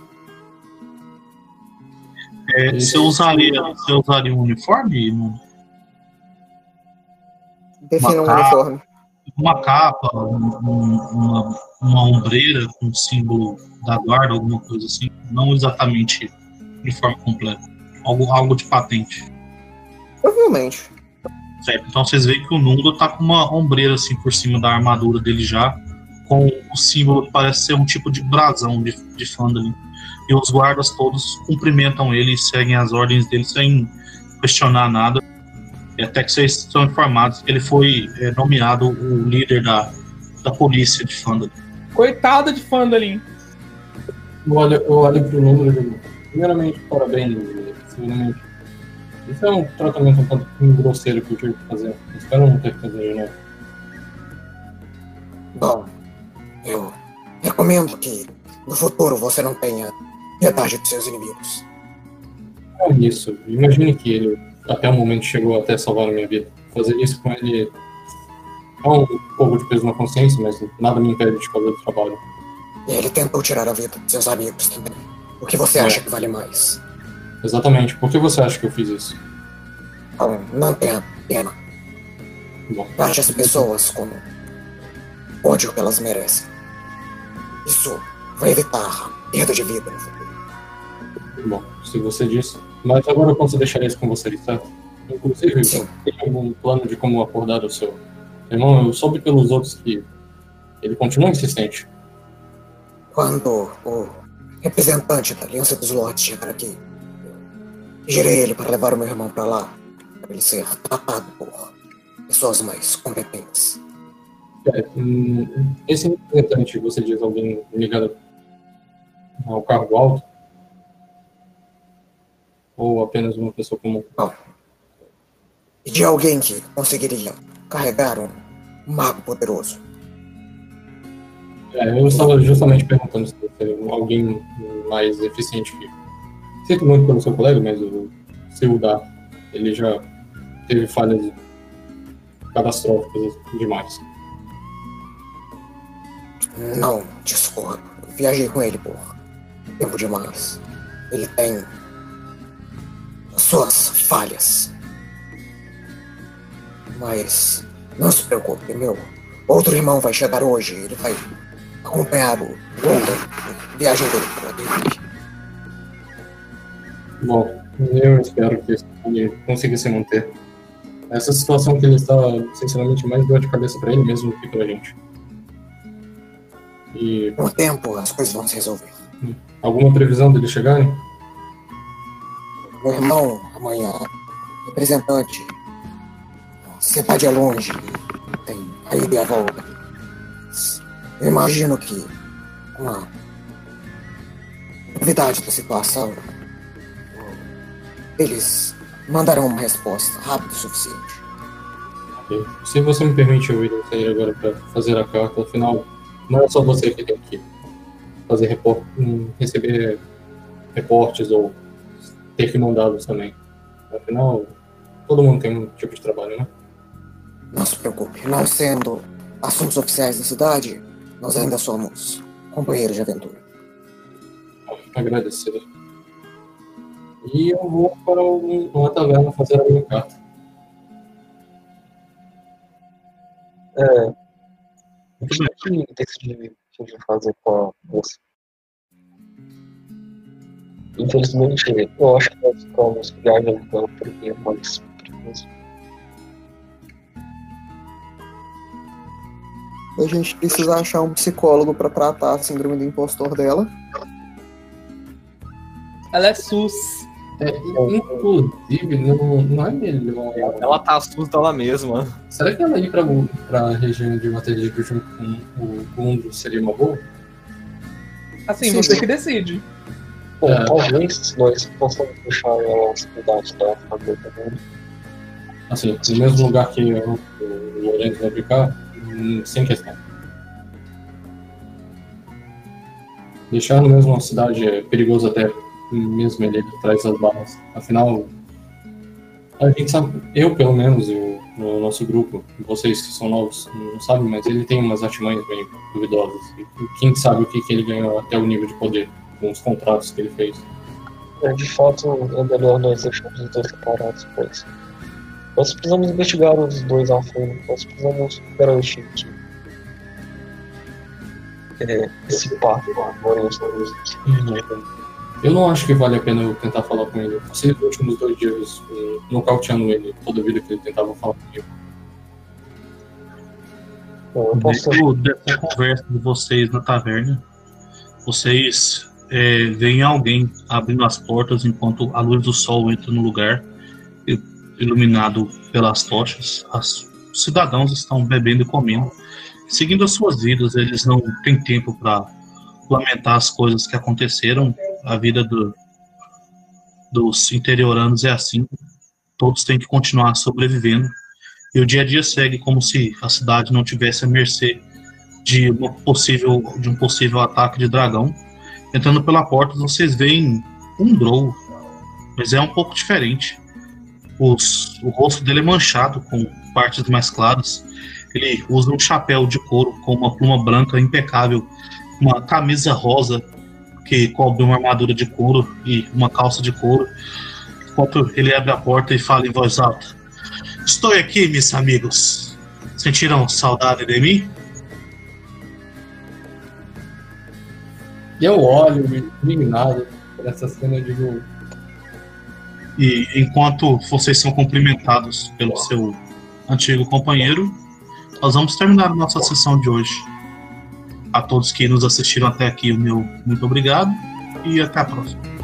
Você usaria um uniforme? Defina um uniforme. Uma capa, uma ombreira com o símbolo da guarda, alguma coisa assim. Não exatamente uniforme completo. Algo de patente. Provavelmente. Certo. Então vocês veem que o Nundo tá com uma ombreira assim por cima da armadura dele já, com o símbolo que parece ser um tipo de brasão de Phandalin. E os guardas todos cumprimentam ele e seguem as ordens dele sem questionar nada. Até que vocês são informados que ele foi nomeado o líder da polícia de Phandalin. Coitado de Phandalin. Eu olho pro número e digo, primeiramente, parabéns, seguramente. Isso é um tratamento um tanto grosseiro que eu tive que fazer. Espero não ter que fazer de novo. Bom, eu Recomendo que no futuro você não tenha piedade dos seus inimigos. Não isso. Imagine que ele até o momento chegou até salvar a minha vida. Fazer isso com ele é um pouco de peso na consciência, mas nada me impede de fazer o trabalho. E ele tentou tirar a vida de seus amigos também. O que você acha que vale mais? Exatamente. Por que você acha que eu fiz isso? Então, não tenha pena. Bom, Trate as pessoas como ódio que elas merecem. Isso vai evitar a perda de vida no futuro. bom, se você disse. Mas agora eu posso deixar isso com vocês, certo? Inclusive, Sim. tem algum plano de como acordar o seu irmão? Eu soube pelos outros que ele continua insistente. Quando o representante da Aliança dos Lords chegar aqui, pedirei ele para levar o meu irmão para lá, para ele ser tratado por pessoas mais competentes. Esse representante, você diz alguém ligado ao cargo alto? Ou apenas uma pessoa comum? Bom, e de alguém que conseguiria carregar um mago poderoso. Eu estava justamente perguntando se você é alguém mais eficiente que... Sinto muito pelo seu colega, mas o Sildar, ele já teve falhas catastróficas demais. Não, discordo. Eu viajei com ele por tempo demais. Ele tem as suas falhas. Mas não se preocupe, meu outro irmão vai chegar hoje. Ele vai acompanhar o London, a viagem dele para David. Bom, eu espero que ele consiga se manter. Essa situação que ele está, sinceramente, mais dor de cabeça para ele mesmo do que para a gente. E Com o tempo, as coisas vão se resolver. alguma previsão dele chegarem? Meu irmão, amanhã, representante, cidade é longe, tem a ida e a volta. Eu imagino que, com a gravidade da situação, eles mandarão uma resposta rápida o suficiente. Ok. Se você me permite, eu irei sair agora para fazer a carta. Afinal, não é só você que tem que fazer receber reportes ou ter que mandá-los também. Afinal, todo mundo tem um tipo de trabalho, né? Não se preocupe, não sendo assuntos oficiais da cidade, nós ainda somos companheiros de aventura. Agradecer. E eu vou para uma taverna fazer a minha carta. O que decidi fazer com a moça? Infelizmente, eu acho que nós ficamos viajando porque é mais perigoso. A gente precisa achar um psicólogo pra tratar a síndrome do impostor dela. Ela é SUS. Inclusive, não é melhor. Ela tá assusta ela mesma. Será que ela ir pra região de Waterdeep junto com o Gundo seria uma boa? Assim, Sim, você sim. que decide. Bom, talvez nós possamos deixar ela hospedagem da família também. Assim, no mesmo lugar que o Lourenço vai ficar, sem questão. Deixar no mesmo uma cidade é perigoso até mesmo ele atrás das barras. Afinal, a gente sabe, eu pelo menos, no nosso grupo, vocês que são novos não sabem, mas ele tem umas artimanhas bem duvidosas. E quem sabe o que ele ganhou até o nível de poder, com os contratos que ele fez. De fato, é melhor nós deixarmos os dois separados, pois nós precisamos investigar os dois a fundo, nós precisamos garantir que esse pacto agora Eu não acho que vale a pena eu tentar falar com ele. Passei os últimos 2 dias nocauteando ele toda a vida que ele tentava falar comigo. eu posso Dentro dessa conversa de vocês na taverna, vocês veem alguém abrindo as portas enquanto a luz do sol entra no lugar, iluminado pelas tochas. Os cidadãos estão bebendo e comendo, seguindo as suas vidas. Eles não têm tempo para lamentar as coisas que aconteceram. A vida dos interioranos é assim. Todos têm que continuar sobrevivendo. E o dia a dia segue como se a cidade não tivesse à mercê de um possível ataque de dragão. Entrando pela porta, vocês veem um drow, mas é um pouco diferente. O rosto dele é manchado com partes mais claras. Ele usa um chapéu de couro com uma pluma branca impecável, uma camisa rosa que cobre uma armadura de couro e uma calça de couro. Enquanto ele abre a porta e fala em voz alta: "Estou aqui, meus amigos. Sentiram saudade de mim?" E eu olho, indignado por essa cena, eu digo... E enquanto vocês são cumprimentados pelo seu antigo companheiro, nós vamos terminar a nossa sessão de hoje. A todos que nos assistiram até aqui, o meu muito obrigado e até a próxima.